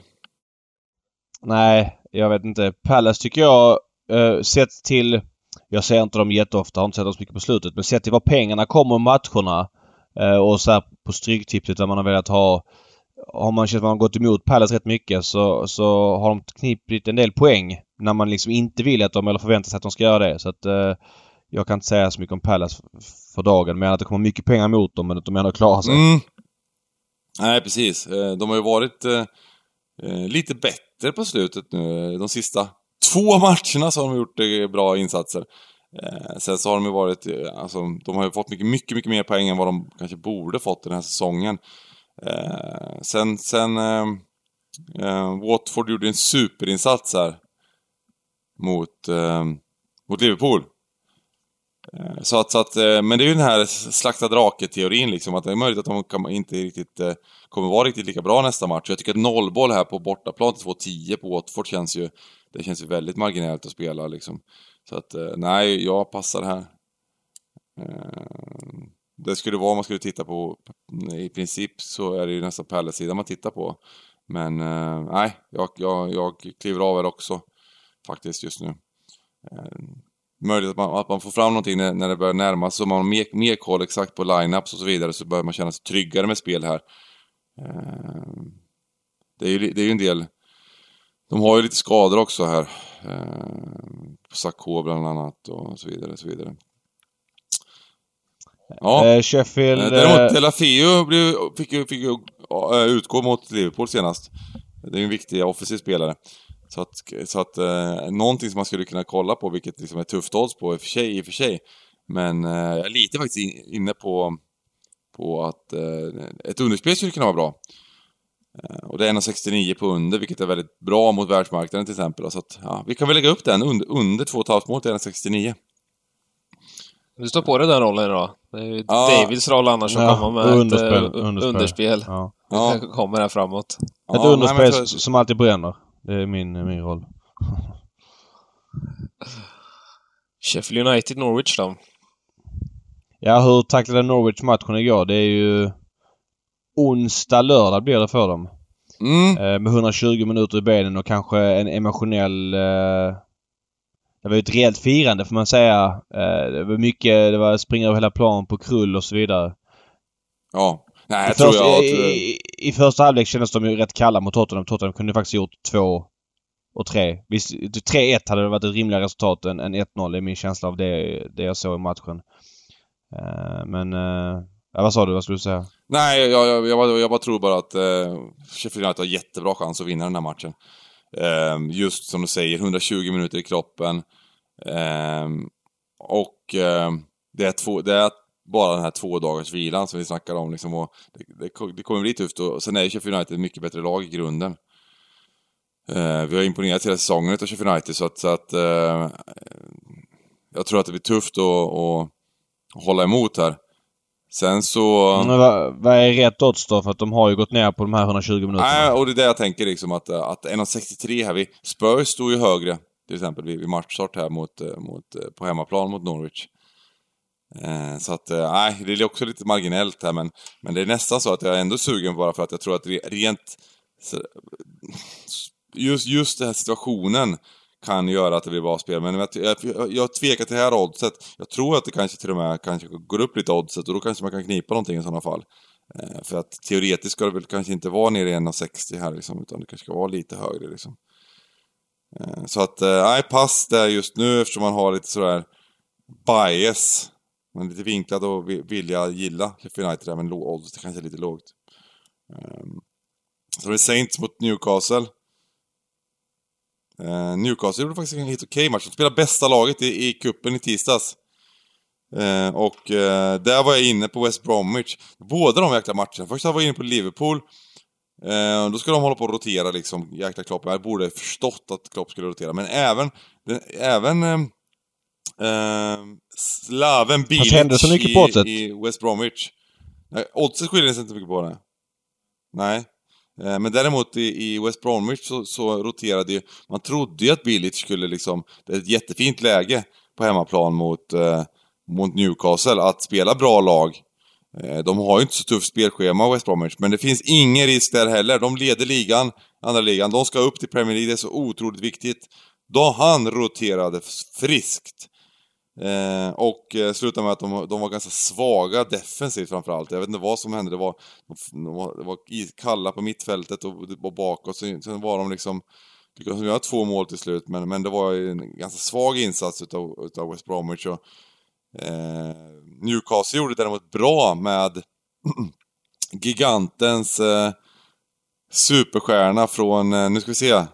Speaker 2: Nej, jag vet inte. Palace tycker jag, uh, sett till... Jag ser inte dem jätteofta, har inte sett dem så mycket på slutet. Men sett till var pengarna kommer i matcherna uh, och så här på stryktipset där man har velat ha... Har man känt att man har gått emot Palace rätt mycket så, så har de knipit en del poäng när man liksom inte vill att de eller förväntar sig att de ska göra det. Så att uh, jag kan inte säga så mycket om Palace för dagen. Men att det kommer mycket pengar mot dem, men att de ändå klarar sig.
Speaker 3: Mm. Nej, precis. De har ju varit uh, lite bättre på slutet nu. De sista två matcherna så har de gjort uh, bra insatser. Uh, sen så har de ju varit... Uh, alltså, de har ju fått mycket, mycket, mycket mer poäng än vad de kanske borde fått den här säsongen. Uh, sen sen uh, uh, Watford gjorde en superinsats här mot, uh, mot Liverpool. Uh, så att, så att, uh, men det är ju den här slakta drake-teorin liksom, att det är möjligt att de kan, inte riktigt uh, kommer vara riktigt lika bra nästa match. Jag tycker att nollboll här på bortaplan till två tio på Watford känns ju, det känns ju väldigt marginellt att spela liksom. Så att uh, nej, jag passar här. Uh, Det skulle vara om man skulle titta på, i princip så är det ju nästan Palace-sidan man tittar på. Men eh, nej, jag, jag, jag kliver av här också faktiskt just nu. Eh, möjligt att man, att man får fram någonting när, när det börjar närma sig, så man har mer, mer koll exakt på lineups och så vidare, så börjar man känna sig tryggare med spel här. Eh, det är ju det är ju en del, de har ju lite skador också här. Eh, Sakho bland annat och så vidare, så vidare. Ja,
Speaker 2: eh, Sheffield...
Speaker 3: Eh, däremot Delafeu blev, fick ju fick, uh, utgå mot Liverpool senast. Det är ju en viktig offensiv spelare. Så att, så att uh, någonting som man skulle kunna kolla på, vilket liksom är tufft odds på i och för sig, i och för sig. Men uh, jag är lite faktiskt in, inne på, på att uh, ett underspel skulle kunna vara bra. Uh, och det är en komma sextionio på under, vilket är väldigt bra mot världsmarknaden till exempel. Så att, ja, vi kan väl lägga upp den under, under två komma fem mål till en komma sextionio.
Speaker 1: Du står på det den rollen idag. Det är ju
Speaker 3: ja.
Speaker 1: Davids roll annars som
Speaker 2: ja,
Speaker 1: kommer med
Speaker 2: underspel,
Speaker 1: ett uh,
Speaker 2: underspel. underspel. Ja.
Speaker 1: Ja. Det kommer här framåt.
Speaker 2: Ett
Speaker 3: ja,
Speaker 2: underspel
Speaker 3: nej,
Speaker 2: som alltid bränner. Det är min, min roll.
Speaker 1: Sheffield United Norwich då?
Speaker 2: Ja, hur tacklade Norwich matchen igår? Det är ju onsdag, lördag blir det för dem.
Speaker 3: Mm.
Speaker 2: Eh, med hundratjugo minuter i benen och kanske en emotionell... Eh, det var ju ett rejält firande får man säga. Eh, det var mycket, det var springa över hela plan på krull och så vidare.
Speaker 3: Ja. Nej, jag
Speaker 2: I,
Speaker 3: tror
Speaker 2: första,
Speaker 3: jag...
Speaker 2: i, i, I första halvlek kändes de ju rätt kalla mot Tottenham. Tottenham kunde faktiskt gjort två och tre. Visst, tre ett hade det varit ett rimligare resultat än, än ett noll. Det är min känsla av det, det jag såg i matchen. Uh, men... Uh, ja, vad sa du? Vad skulle du säga?
Speaker 3: Nej, jag, jag, jag, bara, jag bara tror bara att uh, Sheffield United har jättebra chans att vinna den här matchen. Uh, just som du säger, hundratjugo minuter i kroppen. Uh, och uh, det, är två, det är bara den här två dagars vilan som vi snackar om. Liksom, och det, det, det kommer bli tufft. Och sen är Sheffield United ett mycket bättre lag i grunden. Eh, vi har imponerat hela säsongen utav Sheffield United, så att, så att eh, jag tror att det blir tufft att, att hålla emot här. Sen så...
Speaker 2: Mm, vad, vad är rätt odds då? För att de har ju gått ner på de här hundratjugo minuterna.
Speaker 3: Nej, och det är det jag tänker liksom, att, att en komma sextiotre här, vi Spurs stod ju högre till exempel vid, vid matchstart här mot, mot, på hemmaplan mot Norwich. Eh, så att, nej, det är också lite marginellt här, men, men det är nästan så att jag är ändå sugen bara för att jag tror att rent just, just den här situationen kan göra att det blir bra spel. Men jag, jag, jag tvekar till det här oddset. Jag tror att det kanske till och med kanske går upp lite oddset, och då kanske man kan knipa någonting i sådana fall. Eh, för att teoretiskt ska det väl kanske inte vara nere i en komma sextio här liksom, utan det kanske ska vara lite högre liksom. Eh, så att, nej, eh, pass där just nu, eftersom man har lite sådär bias. Man är lite vinklad och vilja gilla Sheffield United där, men oddset kanske är lite lågt. Eh, så det är Saints mot Newcastle. Uh, Newcastle gjorde faktiskt en helt okej match. De spelade bästa laget i, i kuppen i tisdags. Uh, och uh, där var jag inne på West Bromwich. Båda de jäkla matcherna. Först var jag inne på Liverpool. Uh, då ska de hålla på att rotera liksom, jäkla Klopp. Jag borde ha förstått att Klopp skulle rotera. Men även den, även uh, uh, Slaven Bilic i, i West Bromwich. Nej, oddset skiljer sig inte mycket på det. Nej. Men däremot i, i West Bromwich så, så roterade ju, man trodde ju att Bilic skulle liksom, det är ett jättefint läge på hemmaplan mot, eh, mot Newcastle att spela bra lag. Eh, de har ju inte så tufft spelschema West Bromwich, men det finns ingen risk där heller. De leder ligan, andra ligan, de ska upp till Premier League, det är så otroligt viktigt. Då han roterade friskt. Eh, och eh, slutade med att de, de var ganska svaga defensivt framförallt. Jag vet inte vad som hände. Det var, de var, det var kalla på mittfältet och, och bakåt. Sen, sen var de liksom, lyckades de göra två mål till slut. Men, men det var en ganska svag insats utav, utav West Bromwich. Och, eh, Newcastle gjorde däremot bra med gigantens eh, superstjärna från, eh, nu ska vi se eh,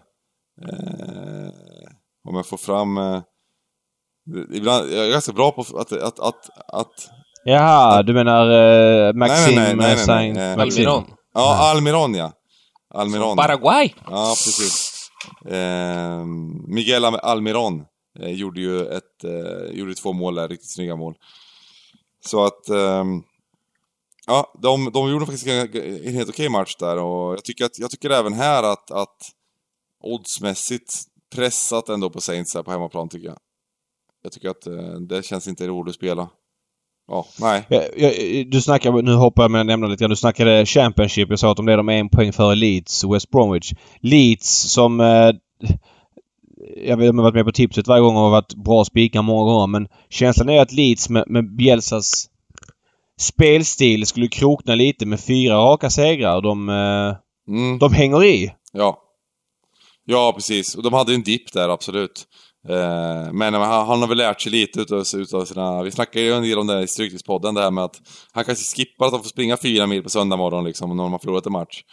Speaker 3: om jag får fram eh, ibland, jag är ganska bra på att... att, att, att
Speaker 2: Jaha, att, du menar uh, Maxim
Speaker 3: nej, nej, nej, nej, nej,
Speaker 1: nej. Almiron.
Speaker 3: Ja, Almiron, ja. Almiron.
Speaker 1: Paraguay.
Speaker 3: Ja, precis. Eh, Miguel Almiron eh, gjorde ju ett, eh, gjorde två mål där, riktigt snygga mål. Så att... Eh, ja, de, de gjorde faktiskt en, en helt okej match där. Och jag tycker, att, jag tycker även här att, att oddsmässigt pressat ändå på Saints här på hemmaplan, tycker jag. Jag tycker att eh, det känns inte roligt att spela. Ja, nej.
Speaker 2: Jag, jag, du snackar, nu hoppar jag med att nämna lite grann. Du snackade Championship. Jag sa att de leder med en poäng före Leeds och West Bromwich. Leeds som... Eh, jag vet inte om jag varit med på tipset varje gång och har varit bra spikar många gånger. Men känslan är att Leeds med, med Bielsas spelstil skulle krokna lite med fyra raka segrar. De, eh, mm. de hänger i.
Speaker 3: Ja. Ja, precis. Och de hade en dipp där, absolut. Men han har väl lärt sig lite utav, utav sina... Vi snackade ju en del om det i Stryktipspodden, det här med att han kanske skippar att de får springa fyra mil på söndag morgon liksom, när de har förlorat en match.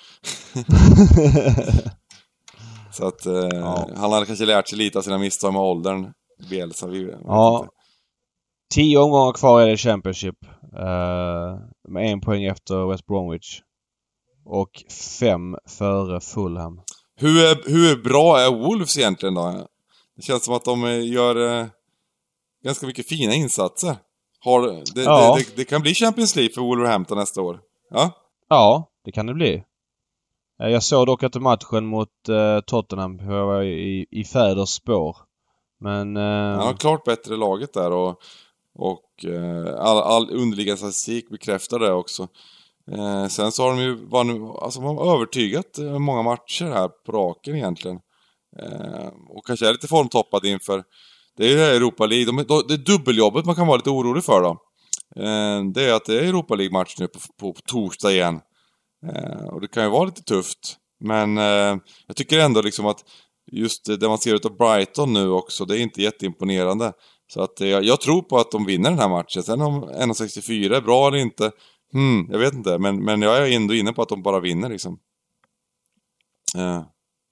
Speaker 3: Så att ja. Han har kanske lärt sig lite av sina misstag med åldern. Bielsa, vi,
Speaker 2: ja. Tio omgångar kvar är det Championship. Uh, med en poäng efter West Bromwich. Och fem före Fulham.
Speaker 3: Hur, är, hur bra är Wolves egentligen då? Det känns som att de gör eh, ganska mycket fina insatser. Har, det, ja. det, det, det kan bli Champions League för Wolverhampton nästa år. Ja,
Speaker 2: ja, det kan det bli. Jag såg dock att matchen mot eh, Tottenham var i, i Fäders spår. Men... Eh...
Speaker 3: Han har klart bättre laget där och, och eh, all, all underliggande statistik bekräftar det också. Eh, sen så har de ju var nu, alltså, de har övertygat många matcher här på raken egentligen. Eh, och kanske är lite formtoppad inför det är ju Europa League. De, de, det är dubbeljobbet man kan vara lite orolig för då. Eh, det är att det är Europa League-match nu på, på, på torsdag igen. Eh, och det kan ju vara lite tufft. Men eh, jag tycker ändå liksom att just det man ser ut av Brighton nu också, det är inte jätteimponerande. Så att eh, jag tror på att de vinner den här matchen. Sen om en komma sextiofyra är bra eller inte, hmm, jag vet inte. Men, men jag är ändå inne på att de bara vinner liksom. Eh.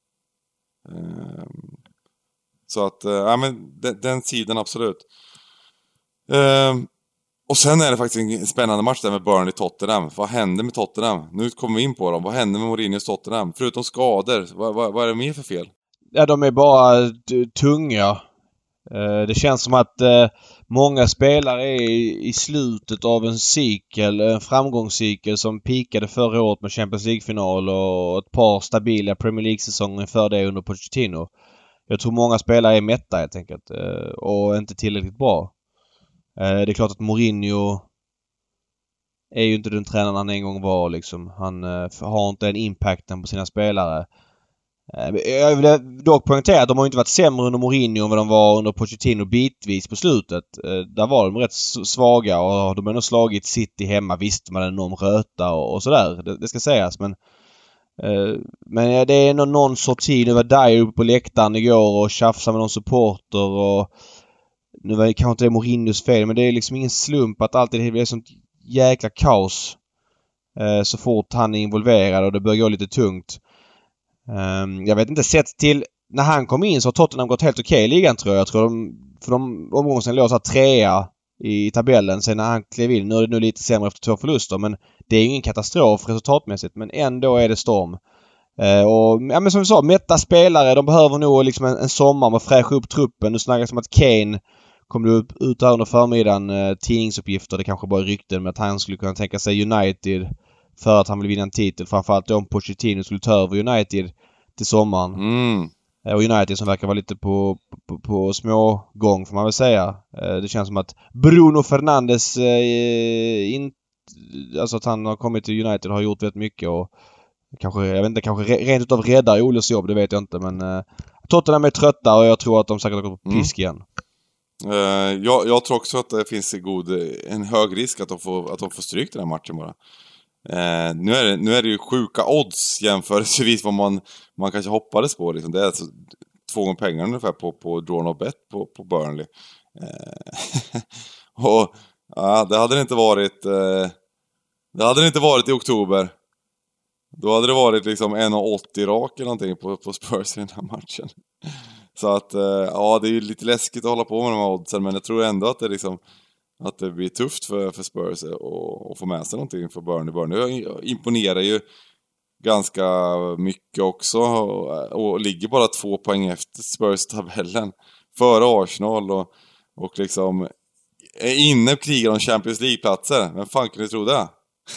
Speaker 3: Um, så att, uh, ja men den, den sidan absolut. Um, och sen är det faktiskt en spännande match där med Burnley-Tottenham. Vad händer med Tottenham? Nu kommer vi in på dem. Vad händer med Mourinhos Tottenham? Förutom skador, vad, vad, vad är det mer för fel?
Speaker 2: Ja, de är bara tunga. Det känns som att många spelare är i slutet av en cykel, en framgångscykel som pikade förra året med Champions League-final och ett par stabila Premier League-säsonger för det under Pochettino. Jag tror många spelare är mätta helt enkelt och inte tillräckligt bra. Det är klart att Mourinho är ju inte den tränaren han en gång var liksom. Han har inte den impacten på sina spelare. Jag vill dock poängtera att de har inte varit sämre under Mourinho än vad de var under Pochettino bitvis på slutet. Där var de rätt svaga och de har nog slagit City hemma. Visst, man hade någon röta och, och sådär. Det, det ska sägas. Men, men det är nog någon sorti. Nu var Dyer uppe på läktaren igår och tjafsade med någon supporter. Och nu var det kanske inte det Mourinhos fel, men det är liksom ingen slump att alltid det är sånt jäkla kaos så fort han är involverad och det börjar gå lite tungt. Um, jag vet inte, sett till när han kom in så har Tottenham gått helt okej i ligan tror jag. Jag tror de, för de omgången sen låg så här trea i tabellen sen när han klev in. Nu är det nu lite sämre efter två förluster, men det är ju ingen katastrof resultatmässigt, men ändå är det storm. Uh, och ja, men som vi sa, mätta spelare, de behöver nog liksom en, en sommar med att fräscha upp truppen. Nu snackas om att Kane kom det upp, ut här under förmiddagen uh, tidningsuppgifter, det kanske bara är rykten, med att han skulle kunna tänka sig United för att han vill vinna en titel. Framförallt om Pochettino skulle ta över United till sommaren.
Speaker 3: Mm.
Speaker 2: Och United som verkar vara lite på, på, på smågång får man väl säga. Det känns som att Bruno Fernandes eh, in, alltså att han har kommit till United har gjort väldigt mycket och kanske, jag vet inte, kanske rent utav räddar Oles jobb, det vet jag inte. Men eh, Tottenham är trötta och jag tror att de säkert har gått på pisk igen.
Speaker 3: Mm. Uh, jag, jag tror också att det finns en, god, en hög risk att de får, att de får stryk den här matchen bara. Eh, nu, är det, nu är det ju sjuka odds jämförelsevis vad man, man kanske hoppades på. Liksom. Det är alltså två gånger pengar ungefär på, på draw no bet på, på Burnley. Eh, och ja, det hade det inte varit eh, det hade det inte varit i oktober. Då hade det varit liksom en komma åttio rak eller någonting på, på Spurs i den här matchen. Så att eh, ja, det är ju lite läskigt att hålla på med de här oddsen, men jag tror ändå att det liksom att det blir tufft för, för Spurs att få med sig någonting för Burnley. Burnley imponerar ju ganska mycket också och, och ligger bara två poäng efter Spurs-tabellen före Arsenal och, och liksom är inne och krigar om Champions League-platser. Vem fan kunde tro det?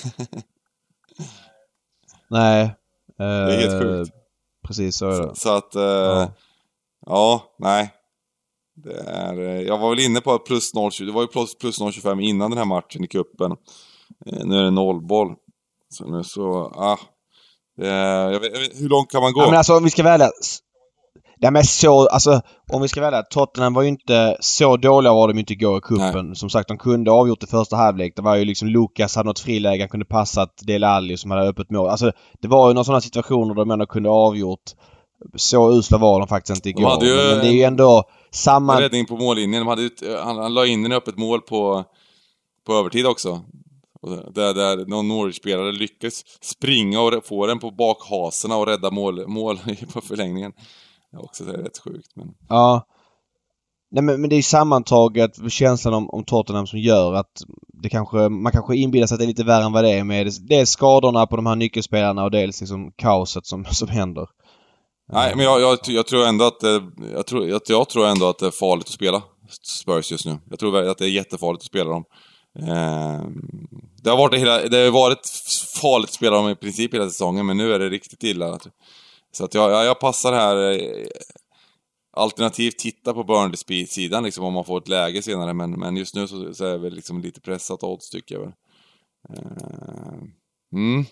Speaker 2: Nej. Eh,
Speaker 3: det är helt sjukt.
Speaker 2: Precis så är det.
Speaker 3: Så, så att, eh, ja. ja, nej. Det är, jag var väl inne på plus noll tjugo. Det var ju plus, plus noll tjugofem innan den här matchen i kuppen. Eh, nu är det nollboll. Så nu så, ah. Det är, jag vet, jag vet, hur långt kan man gå?
Speaker 2: Ja, men alltså om vi ska välja... Ja, men så, alltså, om vi ska välja, Tottenham var ju inte så dåliga var de inte igår i kuppen. Nej. Som sagt, de kunde avgjort i första halvlek. Det var ju liksom Lucas hade något friläge, han kunde passat Dele Alli som hade öppet mål. Alltså, det var ju några sådana situationer där de ändå kunde avgjort. Så usla var de faktiskt inte igår. De ju, men det är ju ändå samma...
Speaker 3: En räddning på mållinjen. De hade ut, han, han la in en öppet mål på, på övertid också. Där, där någon Norwich-spelare lyckas springa och få den på bakhaserna och rädda mål, mål på förlängningen. Det är också det är rätt sjukt. Men...
Speaker 2: Ja. Nej, men, men det är sammantaget känslan om, om Tottenham som gör att det kanske, man kanske inbillar sig att det är lite värre än vad det är med. Dels skadorna på de här nyckelspelarna och dels liksom kaoset som, som händer.
Speaker 3: Nej, men jag, jag, jag tror ändå att jag tror, jag, jag tror ändå att det är farligt att spela Spurs just nu. Jag tror att det är jättefarligt att spela dem. Eh, det har varit hela, det har varit farligt att spela dem i princip hela säsongen, men nu är det riktigt illa. Så att jag, jag passar här. Alternativt titta på Burnley-sidan liksom, om man får ett läge senare, men, men just nu så, så är det liksom lite pressat odds tycker jag väl. Eh, mm.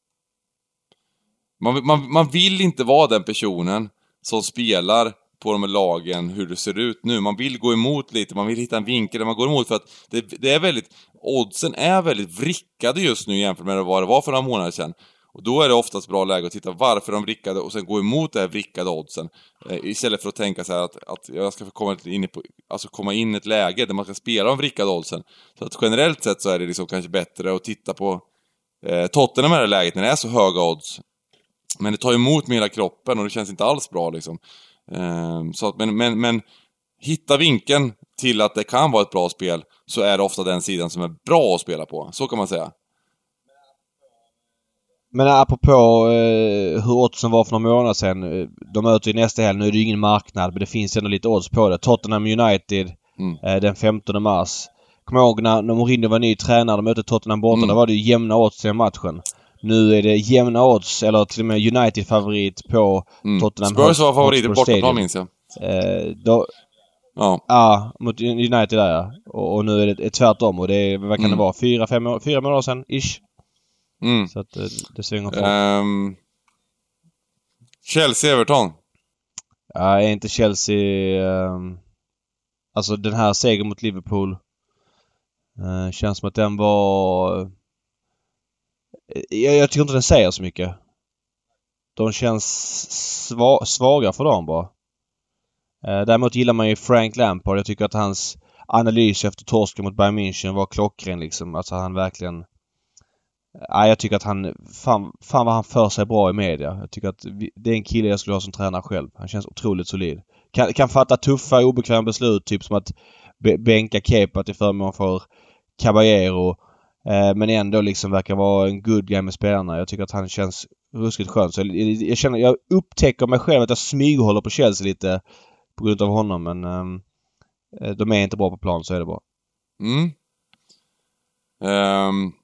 Speaker 3: Man, man, man vill inte vara den personen som spelar på de här lagen hur det ser ut nu. Man vill gå emot lite, man vill hitta en vinkel där man går emot, för att det, det är väldigt, oddsen är väldigt vrickade just nu jämfört med vad det var för några månader sedan. Och då är det oftast bra läge att titta varför de vrickade och sen gå emot det här vrickade oddsen. Eh, istället för att tänka så här att, att jag ska komma in, på, alltså komma in i ett läge där man ska spela de vrickade oddsen. Så att generellt sett så är det liksom kanske bättre att titta på eh, Tottenham i det här läget när det är så höga odds. Men det tar emot med hela kroppen och det känns inte alls bra liksom. Um, så att, men, men, men hitta vinkeln till att det kan vara ett bra spel, så är det ofta den sidan som är bra att spela på. Så kan man säga.
Speaker 2: Men apropå eh, hur oddsen var för några månader sedan. De möter ju nästa helg. Nu är det ju ingen marknad, men det finns ändå lite odds på det. Tottenham United mm. eh, den femtonde mars. Kom ihåg när, när Mourinho var ny tränare, de mötte Tottenham borta. Mm. Då var det ju jämna odds i matchen. Nu är det jämna odds, eller till och med United-favorit på mm. Tottenham.
Speaker 3: Spurs var favorit i bortaplan, minns jag.
Speaker 2: Eh, då,
Speaker 3: ja.
Speaker 2: ja, mot United där, ja. Och, och nu är det ett tvärtom. Och det är, vad kan mm. det vara? Fyra, fem, fyra månader sedan, ish.
Speaker 3: Mm.
Speaker 2: Så att det, det svänger på.
Speaker 3: Um, Chelsea-Everton.
Speaker 2: Ja, är inte Chelsea... Um, alltså den här segern mot Liverpool uh, känns som att den var... Jag, jag tycker inte den säger så mycket. De känns sva, svaga för dem bara. Uh, däremot gillar man ju Frank Lampard. Jag tycker att hans analys efter torsken mot Bayern München var klockren liksom. Alltså han verkligen... Ja, jag tycker att han... Fan, fan vad han för sig bra i media. Jag tycker att vi, det är en kille jag skulle ha som tränare själv. Han känns otroligt solid. Kan, kan fatta tuffa, obekväma beslut. Typ som att b- bänka Kepa till förmån för Caballero. Eh, men ändå liksom verkar vara en good guy med spelarna. Jag tycker att han känns ruskigt skön. Så jag, jag känner... Jag upptäcker mig själv att jag smyghåller på Chelsea lite på grund av honom. Men eh, de är inte bra på plan, så är det bra.
Speaker 3: Mm. Um...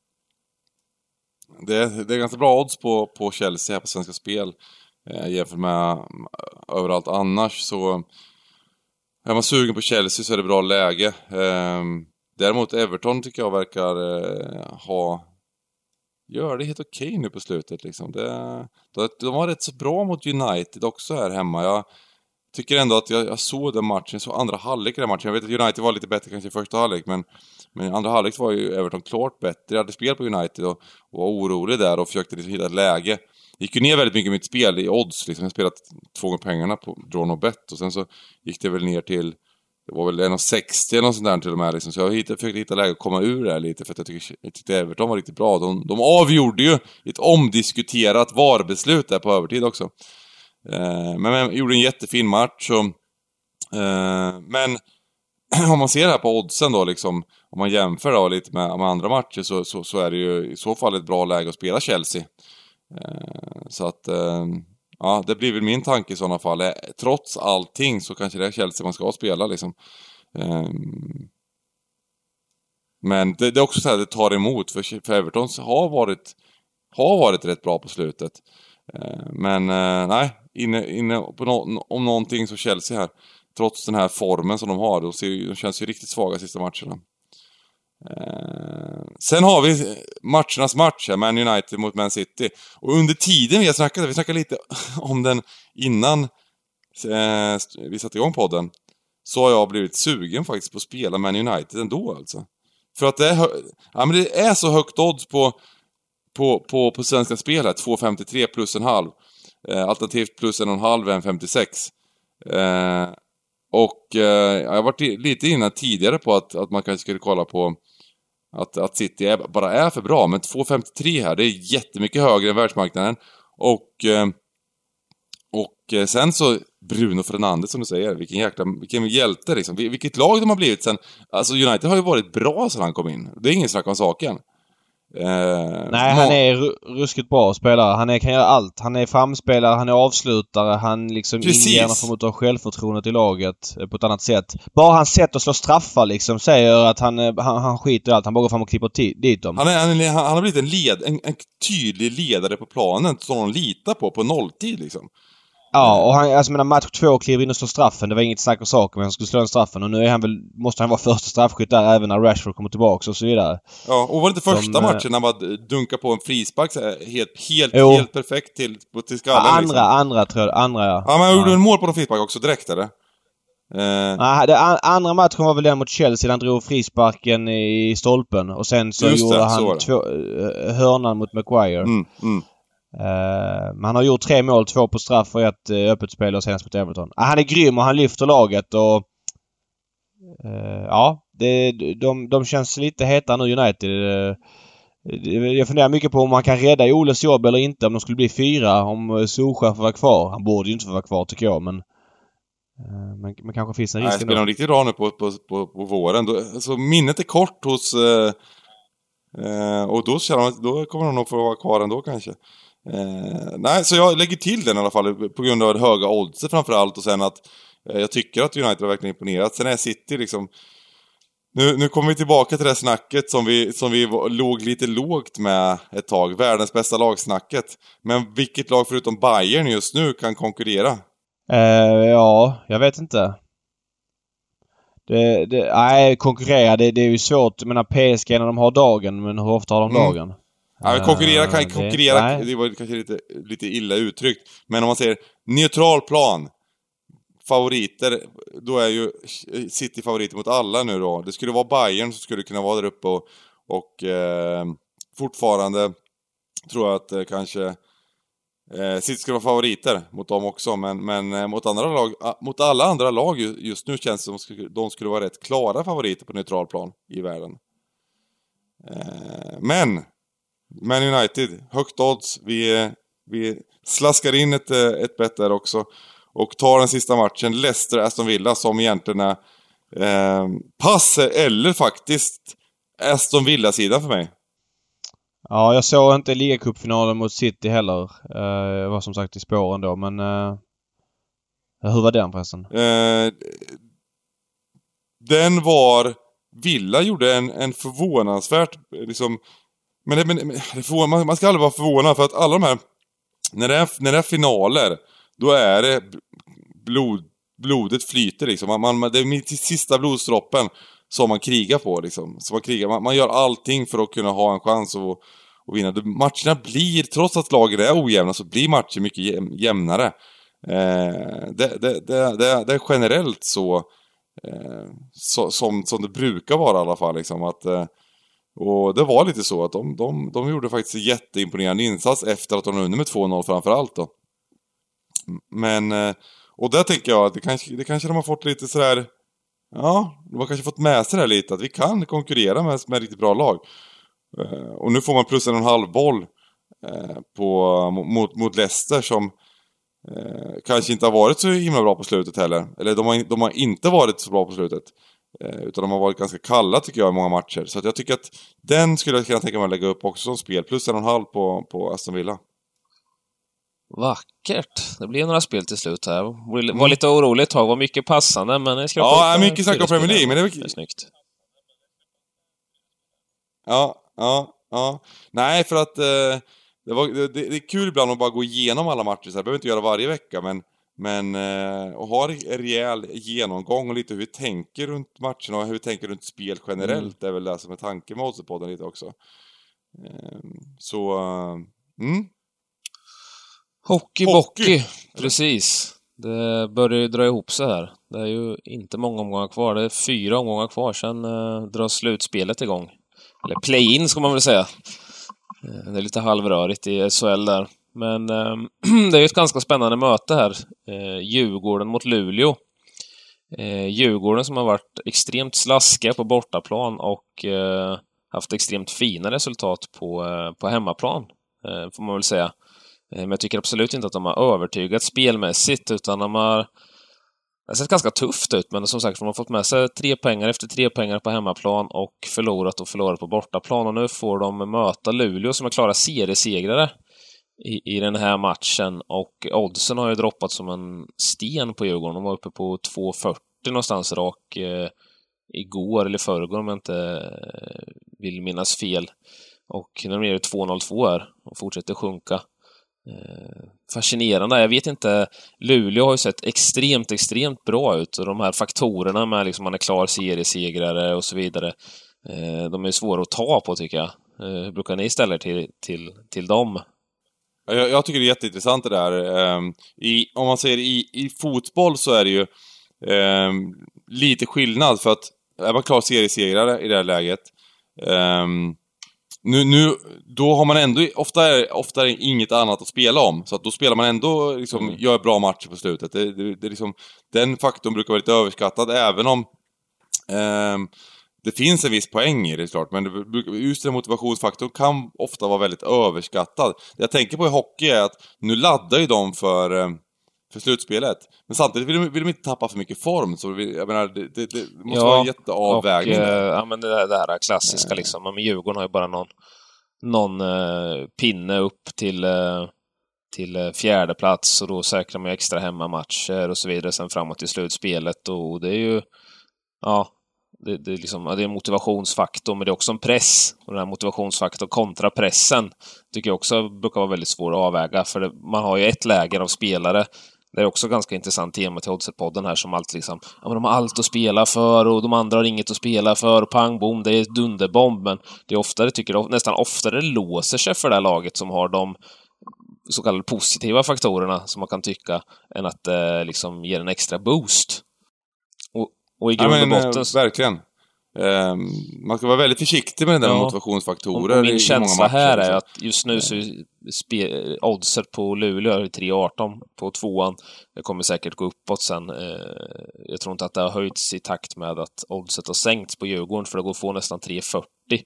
Speaker 3: Det är, det är ganska bra odds på, på Chelsea här på Svenska Spel eh, jämfört med eh, överallt annars. Så är man sugen på Chelsea så är det bra läge. Eh, däremot Everton tycker jag verkar eh, ha gör det helt okej okay nu på slutet liksom. Det, de, de var rätt så bra mot United också här hemma. Jag tycker ändå att jag, jag såg den matchen, så andra halvlek i den matchen. Jag vet att United var lite bättre kanske i första halvlek, men Men andra halvlek var ju Everton klart bättre. Jag hade spel på United och, och var orolig där och försökte liksom hitta ett läge. Gick ju ner väldigt mycket i mitt spel i odds. Liksom. Jag spelade två gånger pengarna på draw och bet. Och sen så gick det väl ner till... Det var väl en komma sextio eller något sånt där till och med. Liksom. Så jag hittade, försökte hitta läge att komma ur det här lite. För att jag tycker, jag tyckte Everton var riktigt bra. De, de avgjorde ju ett omdiskuterat VAR-beslut där på övertid också. Eh, men jag gjorde en jättefin match. Och, eh, men... om man ser det här på oddsen då liksom, om man jämför då lite med, med andra matcher så, så, så är det ju i så fall ett bra läge att spela Chelsea. Eh, så att eh, ja, det blir väl min tanke i sådana fall. Eh, trots allting så kanske det är Chelsea man ska spela liksom. Eh, men det, det är också så här det tar emot för, för Everton har varit har varit rätt bra på slutet. Eh, men eh, nej, inne, inne på no, om någonting så Chelsea här. Trots den här formen som de har. De, ser, de känns ju riktigt svaga sista matcherna. Eh, sen har vi matchernas match här. Man United mot Man City. Och under tiden vi har snackat, vi snackade lite om den innan eh, vi satte igång podden. Så har jag blivit sugen faktiskt på att spela Man United ändå alltså. För att det är, hö- ja, men det är så högt odds på, på, på, på Svenska Spel här. två komma femtiotre plus en halv. Eh, alternativt plus en och en halv, en komma femtiosex. Eh... Och eh, jag har varit lite innan tidigare på att, att man kanske skulle kolla på att, att City är, bara är för bra. Men två komma femtiotre här, det är jättemycket högre än världsmarknaden. Och, eh, och sen så Bruno Fernandes som du säger, vilken jäkla, vilken hjälte liksom. Vilket lag de har blivit sen. Alltså United har ju varit bra sedan han kom in. Det är ingen snack om saken.
Speaker 2: Eh, Nej, han är ruskigt bra spelare. Han är, kan göra allt. Han är framspelare, han är avslutare. Han liksom inger någon form av självförtroendet i laget på ett annat sätt. Bara hans sätt att slå straffar liksom säger att han, han, han skiter i allt. Han bara går fram och klipper t- dit dem.
Speaker 3: Han, är, han, är, han har blivit en, led, en, en tydlig ledare på planen som de litar på på nolltid liksom.
Speaker 2: Ja, och han, alltså menar match två kliver in och slår straffen. Det var inget snack och sak men han skulle slå den straffen. Och nu är han väl, måste han vara första straffskytt där även när Rashford kommer tillbaka och så vidare.
Speaker 3: Ja, och var det inte första Som, matchen när man dunkade på en frispark så här, helt, helt, helt perfekt till, till skallen?
Speaker 2: Ja, andra,
Speaker 3: liksom.
Speaker 2: andra tror jag. Andra, ja.
Speaker 3: Ja, men han gjorde ja. en mål på en frispark också direkt, eller?
Speaker 2: Eh. Ja, det an- andra matchen var väl den mot Chelsea. Han drog frisparken i stolpen. Och sen så
Speaker 3: Just
Speaker 2: gjorde
Speaker 3: det,
Speaker 2: han
Speaker 3: så
Speaker 2: två, hörnan mot Maguire.
Speaker 3: Mm, mm.
Speaker 2: Uh, men han har gjort tre mål, två på straff och ett uh, öppet spel och senast mot Everton. Uh, han är grym och han lyfter laget och uh, ja, det, de, de känns lite hetare nu United. Uh, jag funderar mycket på om man kan rädda Oles jobb eller inte om de skulle bli fyra, om Solskjaer får vara kvar. Han borde ju inte få vara kvar tycker jag, men uh, men, men kanske finns en risk.
Speaker 3: Nej, spelar de riktigt bra nu på, på, på, på våren. Då, alltså, minnet är kort hos uh... Eh, och då, känner man, då kommer de nog få vara kvar ändå kanske. Eh, nej, så jag lägger till den i alla fall på grund av det höga oddset framförallt. Och sen att eh, jag tycker att United har verkligen imponerat. Sen är City liksom... Nu, nu kommer vi tillbaka till det snacket som vi, som vi låg lite lågt med ett tag. Världens bästa lagsnacket. Men vilket lag förutom Bayern just nu kan konkurrera?
Speaker 2: Uh, ja, jag vet inte. Det, det, nej, konkurrera, det, det är ju svårt. Jag menar P S G när de har dagen, men hur ofta har de dagen? Mm.
Speaker 3: Ja, men konkurrera kan konkurrera, det, det var kanske lite, lite illa uttryckt. Men om man säger neutral plan, favoriter, då är ju City favoriter mot alla nu då. Det skulle vara Bayern som skulle kunna vara där uppe och, och eh, fortfarande tror jag att eh, kanske eh, City skulle vara favoriter mot dem också. Men, men eh, mot, andra lag, mot alla andra lag just nu känns det som att de skulle vara rätt klara favoriter på neutral plan i världen. Eh, men Man United, högt odds. Vi, vi slaskar in ett, ett bett där också. Och tar den sista matchen, Leicester-Aston Villa, som egentligen är eh, pass eller faktiskt Aston Villa-sidan för mig.
Speaker 2: Ja, jag såg inte ligacupfinalen mot City heller. Eh, jag var som sagt i spåren då, men eh, hur var den förresten?
Speaker 3: Eh, den var... Villa gjorde en, en förvånansvärt liksom... Men, men, men man, man ska aldrig vara förvånad för att alla de här... När det är, när det är finaler, då är det blod, blodet flyter liksom. Man, man, det är till sista blodsdroppen som man krigar på liksom. Så man, krigar, man, man gör allting för att kunna ha en chans att, att vinna. Matcherna blir, trots att lagen är ojämna, så blir matcher mycket jäm, jämnare. Eh, det, det, det, det, det är generellt så, eh, så som, som det brukar vara i alla fall liksom, att... Eh, Och det var lite så att de, de, de gjorde faktiskt en jätteimponerande insats efter att de var under med två noll framförallt då. Men, och där tänker jag att det kanske, det kanske de har fått lite sådär, ja, de har kanske fått med sig det lite, att vi kan konkurrera med, med riktigt bra lag. Och nu får man plus en och en halv boll på, mot, mot Leicester som eh, kanske inte har varit så himla bra på slutet heller. Eller de har, de har inte varit så bra på slutet. Utan de har varit ganska kalla tycker jag i många matcher. Så att jag tycker att den skulle jag kunna tänka mig att lägga upp också som spel. Plus en och en halv på, på Aston Villa.
Speaker 1: Vackert. Det blir några spel till slut här. Var mm. lite oroligt ett tag. Var mycket passande. Men det ska
Speaker 3: ja, är mycket snack om Premier League. Men det är,
Speaker 1: det är snyggt.
Speaker 3: Ja, ja, ja. Nej, för att eh, det, var, det, det är kul ibland att bara gå igenom alla matcher. Så jag behöver inte göra varje vecka. Men Men eh, och ha en rejäl genomgång och lite hur vi tänker runt matcherna och hur vi tänker runt spel generellt mm. är väl det som är tanken med Oddset-podden lite också. Eh, så, mm.
Speaker 1: Hockey, Hockey, precis. Det börjar ju dra ihop sig här. Det är ju inte många omgångar kvar. Det är fyra omgångar kvar. Sen eh, drar slutspelet igång. Eller play-in ska man väl säga. Eh, det är lite halvrörigt i S H L där. Men eh, det är ju ett ganska spännande möte här. Eh, Djurgården mot Luleå. Eh, Djurgården som har varit extremt slaskiga på bortaplan och eh, haft extremt fina resultat på, eh, på hemmaplan, eh, får man väl säga. Eh, men jag tycker absolut inte att de har övertygat spelmässigt, utan de har... Det har sett ganska tufft ut, men som sagt, de har fått med sig tre pengar efter tre pengar på hemmaplan och förlorat och förlorat på bortaplan. Och nu får de möta Luleå som är klara seriesegrare i, i den här matchen. Och oddsen har ju droppat som en sten på Djurgården. De var uppe på två fyrtio någonstans rak eh, igår eller förrgår om jag inte eh, vill minnas fel. Och när de är det två noll två här och fortsätter sjunka. Fascinerande. Jag vet inte, Luleå har ju sett extremt, extremt bra ut och de här faktorerna med liksom man är klar seriesegrare och så vidare, de är svåra att ta på tycker jag. Hur brukar ni ställa er till, till, till dem?
Speaker 3: Jag, jag tycker det är jätteintressant det där. I, om man säger i, i fotboll så är det ju eh, lite skillnad, för att är man klar seriesegrare i det här läget eh, Nu, nu, då har man ändå ofta, ofta inget annat att spela om. Så att då spelar man ändå, liksom, mm. gör bra matcher på slutet. Det, det, det är liksom, den faktorn brukar vara lite överskattad, även om eh, det finns en viss poäng i det, klart. Men det, just den motivationsfaktorn kan ofta vara väldigt överskattad. Det jag tänker på i hockey är att nu laddar ju de för, för slutspelet. Men samtidigt vill de, vill de inte tappa för mycket form. Så vi, jag menar, det, det, det måste
Speaker 1: ja,
Speaker 3: vara en jätteavvägning.
Speaker 1: Och, eh, ja, men det, här, det här klassiska mm. liksom. Men Djurgården har ju bara någon, någon eh, pinne upp till, eh, till eh, fjärde plats. Och då säkrar man extra hemmamatcher och så vidare sen framåt i slutspelet. Och det är ju... Ja... Det, det, är liksom, det är en motivationsfaktor, men det är också en press. Och den här motivationsfaktorn kontra pressen tycker jag också brukar vara väldigt svår att avväga. För det, man har ju ett läger av spelare. Det är också ganska intressant tema till Oddset-podden här som alltid liksom, ja, men de har allt att spela för och de andra har inget att spela för. Pang, bom, det är ett dunderbomb. Men det är oftare, tycker jag, nästan oftare låser sig för det här laget som har de så kallade positiva faktorerna som man kan tycka, än att det liksom ger en extra boost. Och i grund och
Speaker 3: ja, men,
Speaker 1: botten...
Speaker 3: verkligen. Um, man ska vara väldigt försiktig med den där ja. motivationsfaktorer.
Speaker 1: Och min
Speaker 3: i,
Speaker 1: känsla
Speaker 3: i
Speaker 1: här är att just nu så spe, oddset på Luleå är tre arton på tvåan. Det kommer säkert gå uppåt sen. Jag tror inte att det har höjts i takt med att oddset har sänkts på Djurgården, för det går att få nästan tre fyrtio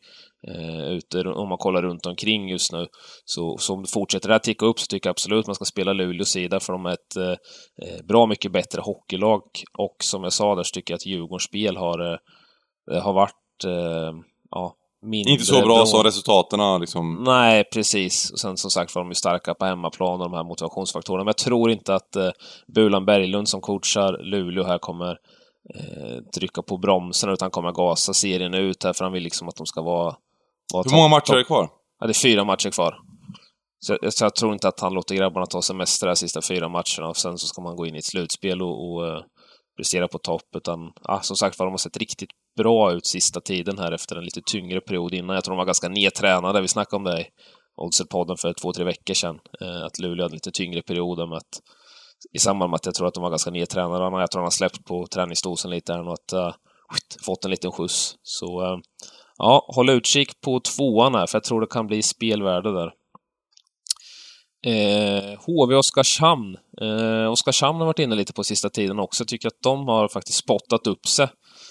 Speaker 1: ute om man kollar runt omkring just nu. Så, så om det fortsätter det här ticka upp så tycker jag absolut man ska spela Luleås sida, för de är ett eh, bra mycket bättre hockeylag. Och som jag sa där så tycker jag att Djurgårdens spel har, eh, har varit eh, ja, mindre
Speaker 3: inte så bra, bra. som resultaten liksom.
Speaker 1: Nej, precis. Och sen som sagt var de ju starka på hemmaplan och de här motivationsfaktorerna. Men jag tror inte att eh, Bulan Berglund som coachar Luleå här kommer eh, trycka på bromsen, utan kommer gasa serien ut här, för han vill liksom att de ska vara... vara
Speaker 3: Hur många matcher är det kvar?
Speaker 1: Ja, det är fyra matcher kvar. Så, så jag tror inte att han låter grabbarna ta semester de sista fyra matcherna och sen så ska man gå in i ett slutspel och, och uh, prestera på topp. Utan, ah, som sagt var, de har sett riktigt bra ut sista tiden här efter en lite tyngre period innan. Jag tror de var ganska nedtränade. Vi snackade om det i Oddset-podden för två, tre veckor sedan. Uh, att Luleå hade lite tyngre perioder med att, i samband med att jag tror att de var ganska nedtränade. Jag tror han har släppt på träningsdosen lite här och att uh, fått en liten skjuts. Så uh, ja, håll utkik på tvåan här, för jag tror det kan bli spelvärde där. Eh, H V Oskarshamn. Eh, Oskarshamn har varit inne lite på sista tiden också. Jag tycker att de har faktiskt spottat upp sig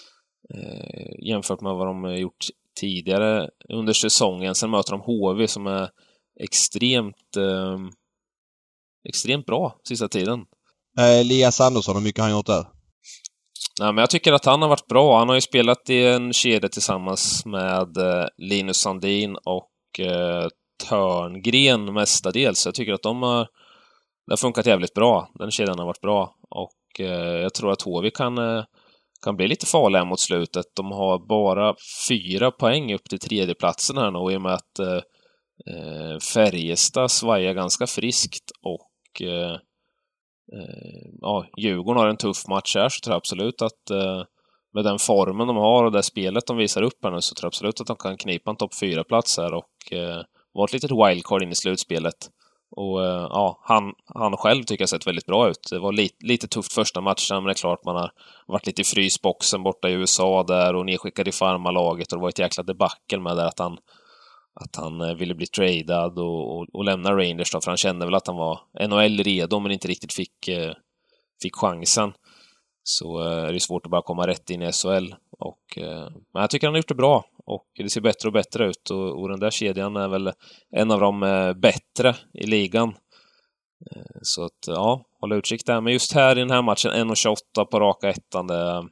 Speaker 1: eh, jämfört med vad de har gjort tidigare under säsongen. Sen möter de H V som är extremt eh, extremt bra sista tiden.
Speaker 2: Eh, Elias Andersson, hur mycket har han gjort där?
Speaker 1: Nej, men jag tycker att han har varit bra. Han har ju spelat i en kedja tillsammans med eh, Linus Sandin och eh, Törngren mestadels. Jag tycker att de har, det har funkat jävligt bra. Den kedjan har varit bra. Och eh, jag tror att H V kan, eh, kan bli lite farliga mot slutet. De har bara fyra poäng upp till tredjeplatsen här nu, i och med att eh, Färjestad svajar ganska friskt och eh, eh, ja, Djurgården har en tuff match här, så tror jag absolut att eh, med den formen de har och det spelet de visar upp här nu, så tror jag absolut att de kan knipa en topp fyra-plats här och eh, vara ett litet wildcard in i slutspelet. Och eh, ja, han, han själv tycker jag sett väldigt bra ut. Det var lite, lite tufft första matchen, men det är klart man har varit lite i frysboxen borta i U S A där och nedskickad i farmalaget, och det var ett jäkla debacle med det att han att han ville bli tradad och, och, och lämna Rangers då, för han kände väl att han var N H L-redo men inte riktigt fick, eh, fick chansen. Så eh, är det svårt att bara komma rätt in i S H L. Och, eh, men jag tycker han har gjort det bra och det ser bättre och bättre ut, och, och den där kedjan är väl en av de eh, bättre i ligan. Eh, så att ja, hålla utkik där. Men just här i den här matchen, en tjugoåtta på raka ettan, det är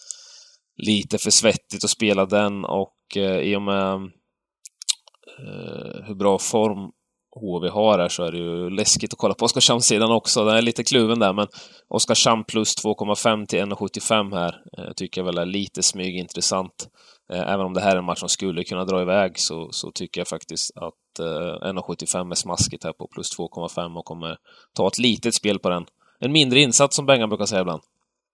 Speaker 1: lite för svettigt att spela den, och eh, i och med Uh, hur bra form H V har här så är det ju läskigt att kolla på Oskarshamn-sidan också. Den är lite kluven där, men Oskarshamn plus två komma fem till en sjuttiofem här uh, tycker jag väl är lite smygintressant. Uh, även om det här är en match som skulle kunna dra iväg, så, så tycker jag faktiskt att uh, en sjuttiofem är smaskigt här på plus två komma fem och kommer ta ett litet spel på den. En mindre insats som Bengan brukar säga ibland.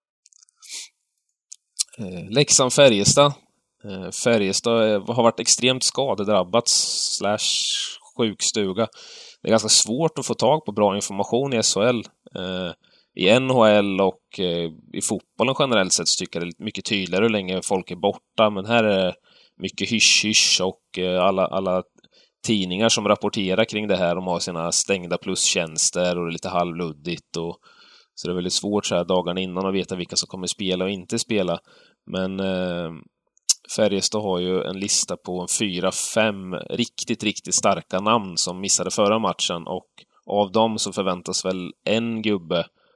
Speaker 1: Uh, Leksand-Färjestad. Färjestad har varit extremt skadedrabbat slash sjukstuga. Det är ganska svårt att få tag på bra information i S H L. I N H L och i fotbollen generellt sett så tycker jag det är mycket tydligare hur länge folk är borta. Men här är det mycket hysch-hysch, och alla, alla tidningar som rapporterar kring det här, de har sina stängda plustjänster och det är lite halvluddigt. Och, så det är väldigt svårt så här dagarna innan att veta vilka som kommer spela och inte spela. Men eh, Färjestad har ju en lista på en fyra, fem riktigt, riktigt starka namn som missade förra matchen, och av dem så förväntas väl en gubbe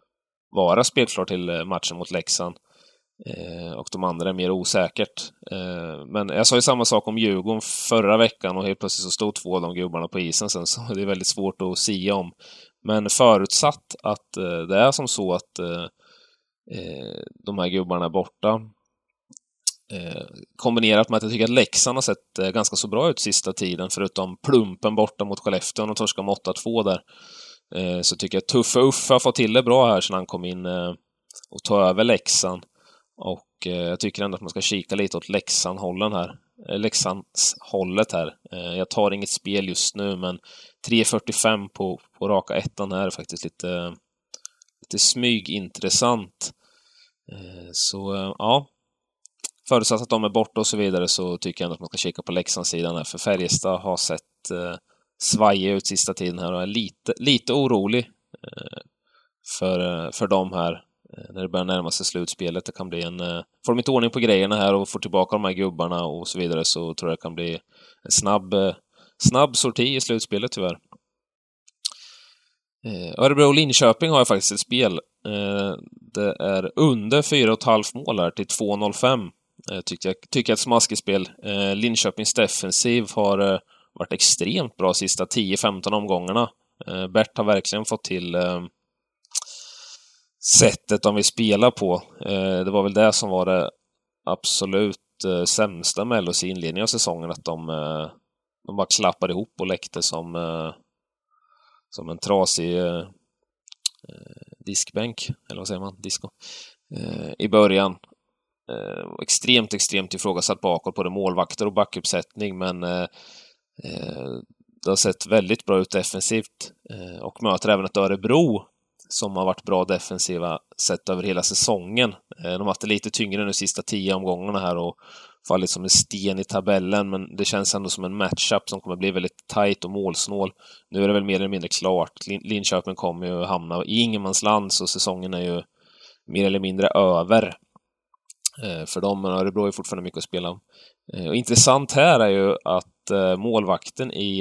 Speaker 1: vara spelklar till matchen mot Leksand. Eh, och de andra är mer osäkert. Eh, men jag sa ju samma sak om Djurgården förra veckan och helt plötsligt så stod två av de gubbarna på isen sen, så det är väldigt svårt att sia om. Men förutsatt att eh, det är som så att eh, eh, de här gubbarna är borta, eh, kombinerat med att jag tycker att Leksand har sett eh, ganska så bra ut sista tiden, förutom plumpen borta mot Skellefteå och torska med åtta två där, eh, så tycker jag att Tuffe Uffe har fått till det bra här sedan han kom in eh, och tog över Leksand. Och eh, jag tycker ändå att man ska kika lite åt Leksand-hållen här. Eh, Leksands-hållet här. Eh, jag tar inget spel just nu, men tre fyrtiofem på, på raka ettan här är faktiskt lite, lite smygintressant. Eh, så eh, ja, förutsatt att de är borta och så vidare, så tycker jag ändå att man ska kika på Leksandssidan här. För Färjestad har sett eh, svajiga ut sista tiden här och är lite, lite orolig eh, för, för dem här. När det börjar närma sig slutspelet. Det kan bli en... Får de inte ordning på grejerna här och får tillbaka de här gubbarna och så vidare, så tror jag det kan bli en snabb, snabb sorti i slutspelet tyvärr. Örebro och Linköping har jag faktiskt ett spel. Det är under fyra komma fem mål här till två noll fem. Tycker jag, tycker jag ett smaskigt spel. Linköpings defensiv har varit extremt bra sista tio femton omgångarna. Bert har verkligen fått till sättet de vill spela på. Eh, det var väl det som var det absolut eh, sämsta med L H C inledningen av säsongen, att de, eh, de bara klappade ihop och läckte som eh, som en trasig eh, diskbänk, eller vad säger man? Disco. Eh, i början. Eh, extremt, extremt ifrågasatt bakåt, både målvakter och backuppsättning, men eh, eh, det har sett väldigt bra ut defensivt, eh, och möter även ett Örebro som har varit bra defensiva sett över hela säsongen. De har haft det lite tyngre nu sista tio omgångarna här och fallit som en sten i tabellen, men det känns ändå som en matchup som kommer bli väldigt tight och målsnål. Nu är det väl mer eller mindre klart. Linköping kommer ju hamna i ingenmansland, så säsongen är ju mer eller mindre över för dem, men Örebro är fortfarande mycket att spela om. Och intressant här är ju att målvakten i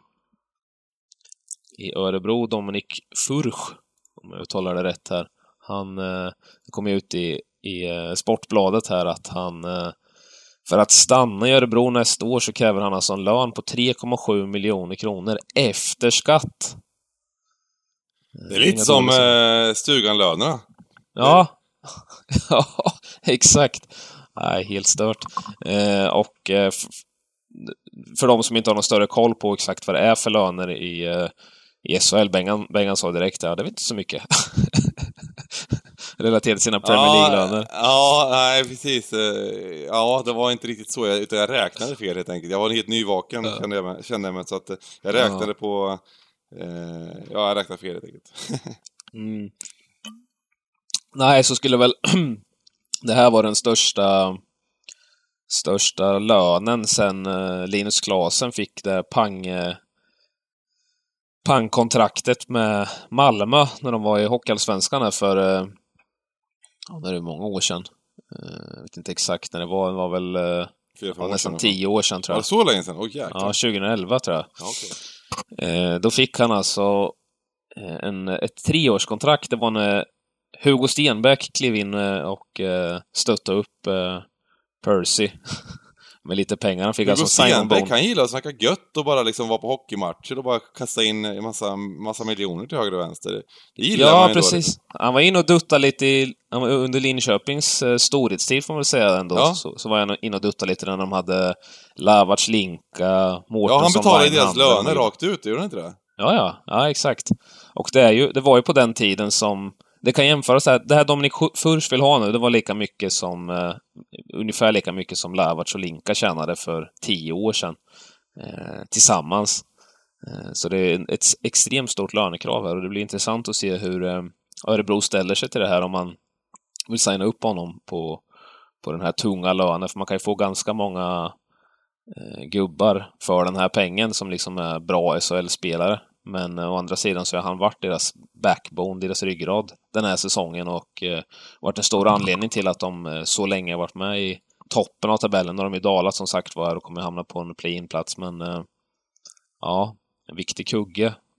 Speaker 1: i Örebro, Dominik Furch, om jag uttalar det rätt här. Han eh, kom ut i, i eh, Sportbladet här att han eh, för att stanna i Örebro nästa år så kräver han alltså en lön på tre komma sju miljoner kronor efter skatt.
Speaker 3: Det är lite Inga som eh, Stugan-lönerna.
Speaker 1: Ja, ja, exakt. Nej, helt stört. Eh, och eh, f- för de som inte har någon större koll på exakt vad det är för löner i eh, i S H L, Bengan, Bengan sa direkt, ja, det vet inte så mycket. Relaterat till sina Premier League-löner.
Speaker 3: Ja, ja, nej, precis. Ja, det var inte riktigt så. Utan jag räknade fel helt enkelt. Jag var helt nyvaken, ja. kände, jag mig, kände jag mig. Så att jag räknade ja. på... Eh, ja, jag räknade fel helt enkelt.
Speaker 1: mm. Nej, så skulle väl... det här var den största... största lönen sen uh, Linus Klasen fick det pang... pangkontraktet med Malmö när de var i Hockeyallsvenskan här för eh, ja, det är många år sedan. Jag vet inte exakt när det var. Det var väl eh, Fyra, var nästan tio år sedan, tror jag.
Speaker 3: Var det så länge sedan? Oh,
Speaker 1: ja, tjugoelva tror jag.
Speaker 3: Ja, okay.
Speaker 1: eh, då fick han alltså en, ett treårskontrakt. Det var när Hugo Stenbeck klev in och eh, stöttade upp eh, Percy med lite pengar. Han fick
Speaker 3: Hugo
Speaker 1: alltså
Speaker 3: Stenbeck, han gillar att snacka gött och bara liksom vara på hockeymatcher och bara kasta in en massa, massa miljoner till höger och vänster. Det gillar
Speaker 1: ja,
Speaker 3: man ju.
Speaker 1: Precis. Då. Han var inne och duttade lite i, under Linköpings eh, storhetstid, får man väl säga ändå. Ja. Så, så var han inne och duttade lite när de hade Lavac, Linka, Mårtensson.
Speaker 3: Ja, han betalade deras löner rakt ut, gjorde han inte det?
Speaker 1: Ja, ja, ja, exakt. Och det, är ju, det var ju på den tiden som... Det kan jämföras här. Det här Dominik Furch vill ha nu, det var lika mycket som... Uh, ungefär lika mycket som Lavac och Linka tjänade för tio år sedan. Uh, tillsammans. Uh, så det är ett extremt stort lönekrav här. Och det blir intressant att se hur uh, Örebro ställer sig till det här. Om man vill signa upp honom på, på den här tunga lönen. För man kan ju få ganska många uh, gubbar för den här pengen som liksom är bra S H L-spelare. Men å andra sidan så har han varit deras backbone, deras ryggrad den här säsongen och eh, varit en stor anledning till att de eh, så länge har varit med i toppen av tabellen. Och de är dalat som sagt var och kommer hamna på en play-in-plats. Men eh, ja, en viktig kugge. Och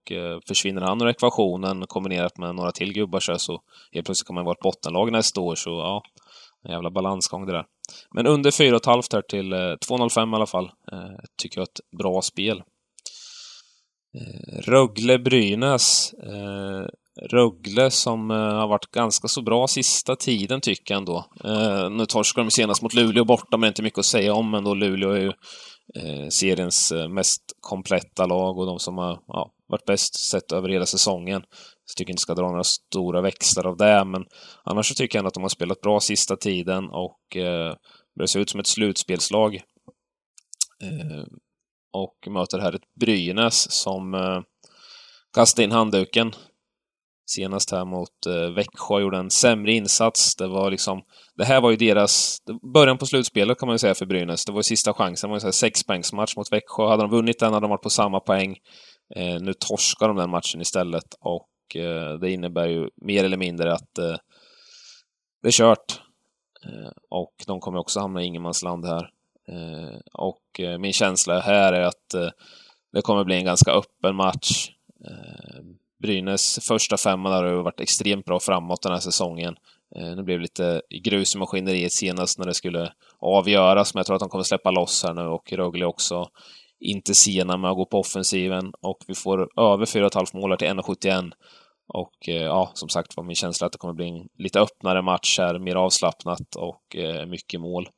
Speaker 1: och eh, försvinner han ur ekvationen kombinerat med några till gubbar så helt plötsligt kommer man vara ett bottenlag nästa år, så ja, en jävla balansgång det där. Men under fyra komma fem här till eh, två noll fem i alla fall, eh, tycker jag ett bra spel. Eh, Rögle-Brynäs, eh, Rögle som eh, har varit ganska så bra sista tiden tycker jag ändå. Eh, nu torskar de senast mot Luleå borta, men inte mycket att säga om, men då Luleå är ju eh, seriens eh, mest kompletta lag och de som har ja, varit bäst sett över hela säsongen. Så jag tycker inte ska dra några stora växlar av det, men annars så tycker jag ändå att de har spelat bra sista tiden och eh, börjar se ut som ett slutspelslag. Eh, och möter här ett Brynäs som eh, kastade in handduken senast här mot eh, Växjö, gjorde en sämre insats. Det var liksom, det här var ju deras början på slutspelet kan man ju säga för Brynäs. Det var ju sista chansen, det var ju en sexpoängsmatch mot Växjö. Hade de vunnit den hade de varit på samma poäng. Eh, nu torskar de den matchen istället och eh, det innebär ju mer eller mindre att eh, det är kört. Eh, och de kommer också hamna i ingenmansland här. Eh, och eh, min känsla här är att eh, det kommer bli en ganska öppen match. Eh, Brynäs första femman har ju varit extremt bra framåt den här säsongen. Eh, nu blev det lite grus i maskineriet senast när det skulle avgöras, men jag tror att de kommer släppa loss här nu och Rögle också inte sena med att gå på offensiven och vi får över fyra komma fem mål till en komma sjuttioen och eh, ja, som sagt var min känsla att det kommer bli en lite öppnare match här, mer avslappnat och eh, mycket mål.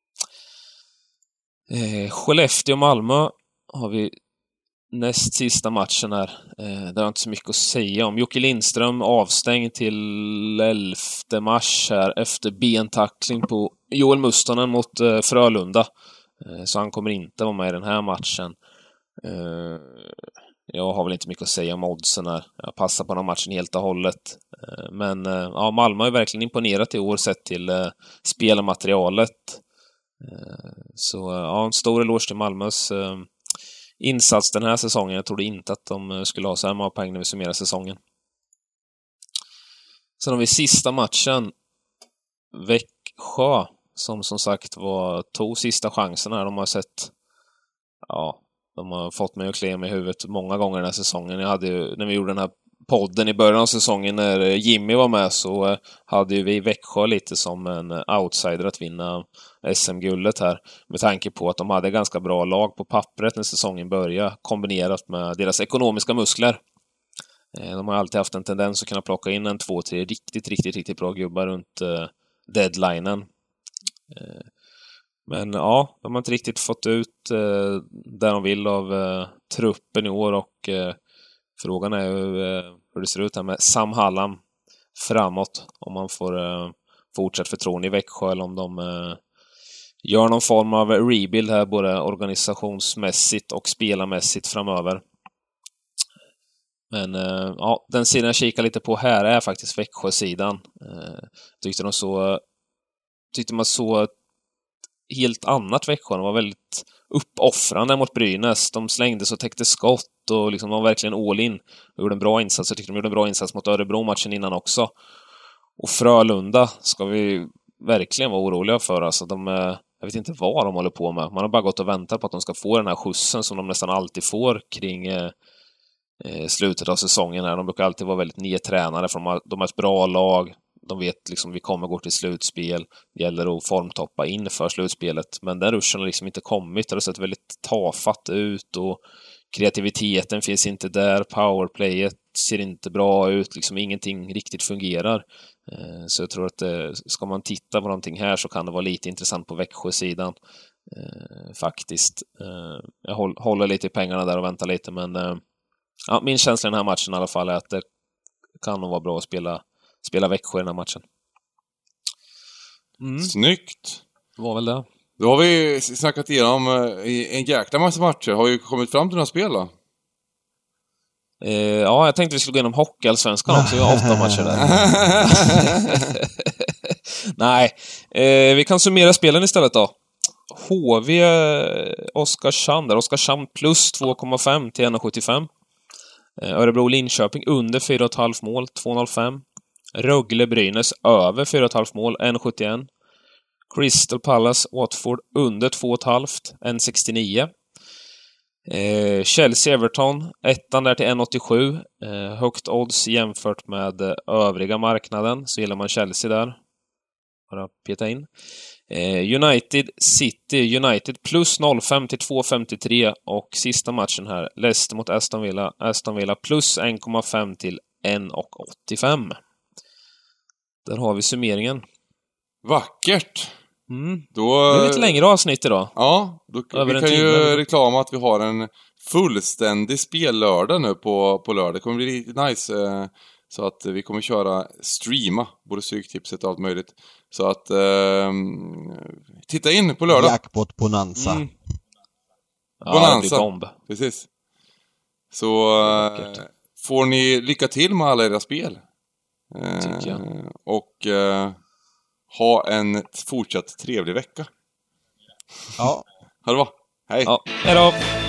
Speaker 1: Eh, Skellefteå-Malmö har vi näst sista matchen här. Eh, det har inte så mycket att säga om. Jocke Lindström avstängd till elfte mars här efter bentackling på Joel Mustonen mot eh, Frölunda. Eh, så han kommer inte vara med i den här matchen. Eh, jag har väl inte mycket att säga om oddsen här. Jag passar på den här matchen helt och hållet. Eh, men eh, ja, Malmö har ju verkligen imponerat i år sett till eh, spelmaterialet. Eh, så ja, en stor eloge till Malmös eh, insats den här säsongen. Jag trodde inte att de skulle ha så här många poäng när vi summerar säsongen. Sen har vi sista matchen. Växjö som som sagt var tog sista chansen här. De har sett ja, de har fått mig att klä mig i huvudet många gånger den här säsongen. Jag hade ju, när vi gjorde den här podden i början av säsongen när Jimmy var med så hade ju vi Växjö lite som en outsider att vinna S M-guldet här. Med tanke på att de hade ganska bra lag på pappret när säsongen började kombinerat med deras ekonomiska muskler. De har alltid haft en tendens att kunna plocka in en två, tre riktigt, riktigt, riktigt bra gubbar runt uh, deadlinen. Uh, men ja, de har inte riktigt fått ut uh, där de vill av uh, truppen i år och uh, frågan är ju uh, hur det ser ut här med Sam Hallam framåt. Om man får uh, fortsatt förtroende i Växjö eller om de uh, gör någon form av rebuild här både organisationsmässigt och spelarmässigt framöver. Men uh, ja, den sidan jag kikar lite på här är faktiskt Växjö-sidan. Uh, tyckte de så tyckte man så helt annat Växjö. De var väldigt uppoffrande mot Brynäs. De slängde så täckte skott och liksom var verkligen all in. De gjorde en bra insats. Jag tyckte de gjorde en bra insats mot Örebro-matchen innan också. Och Frölunda ska vi verkligen vara oroliga för. Alltså de, jag vet inte vad de håller på med. Man har bara gått och väntat på att de ska få den här skjutsen som de nästan alltid får kring eh, slutet av säsongen här. De brukar alltid vara väldigt nedtränade för de har, de har ett bra lag. De vet liksom vi kommer gå till slutspel. Det gäller att formtoppa inför slutspelet. Men den ruschen har liksom inte kommit. Det har sett väldigt tafatt ut och kreativiteten finns inte där. Powerplayet ser inte bra ut. Liksom ingenting riktigt fungerar. Så jag tror att ska man titta på någonting här så kan det vara lite intressant på Växjö-sidan. Faktiskt. Jag håller lite i pengarna där och väntar lite. Men ja, min känsla i den här matchen i alla fall är att det kan nog vara bra att spela Spela Växjö i den här matchen.
Speaker 3: Mm. Snyggt!
Speaker 1: Det var väl det.
Speaker 3: Då har vi snackat igenom en jäkla massa matcher. Har vi kommit fram till några spel då?
Speaker 1: Eh, ja, jag tänkte vi skulle gå igenom Hockeyallsvenskan också. Vi har åtta matcher där. Nej, eh, vi kan summera spelen istället då. H V Oskarshamn där. Oskarshamn plus två komma fem till en komma sjuttiofem. Eh, Örebro Linköping under fyra komma fem mål, två komma noll fem. Rögle Brynäs över fyra komma fem mål, en komma sjuttioen. Crystal Palace Watford under två komma fem, en komma sextionio. Eh, Chelsea-Everton, ettan där till en åttiosju. Eh, högt odds jämfört med eh, övriga marknaden. Så gillar man Chelsea där. Bara peta in. Eh, United City, United plus noll komma fem till två komma femtiotre. Och sista matchen här, Leicester mot Aston Villa. Aston Villa plus en komma fem till en komma åttiofem. Där har vi summeringen.
Speaker 3: Vackert!
Speaker 1: Mm.
Speaker 3: Då,
Speaker 1: det är lite längre avsnitt idag.
Speaker 3: Ja, då,
Speaker 1: Över
Speaker 3: vi kan
Speaker 1: tid,
Speaker 3: ju
Speaker 1: men...
Speaker 3: reklama att vi har en fullständig spellördag nu på, på lördag. Det kommer bli riktigt nice. Eh, så att vi kommer köra streama, både Stryktipset och allt möjligt. Så att eh, titta in på lördag.
Speaker 2: Jackpot Bonanza. Mm.
Speaker 1: Ja,
Speaker 3: Bonanza.
Speaker 1: det blir bomb.
Speaker 3: Precis. Så eh, får ni lycka till med alla era spel. Eh, och eh, ha en fortsatt trevlig vecka.
Speaker 2: Ja.
Speaker 3: Ha det bra. Hej.
Speaker 1: Ja, hej då.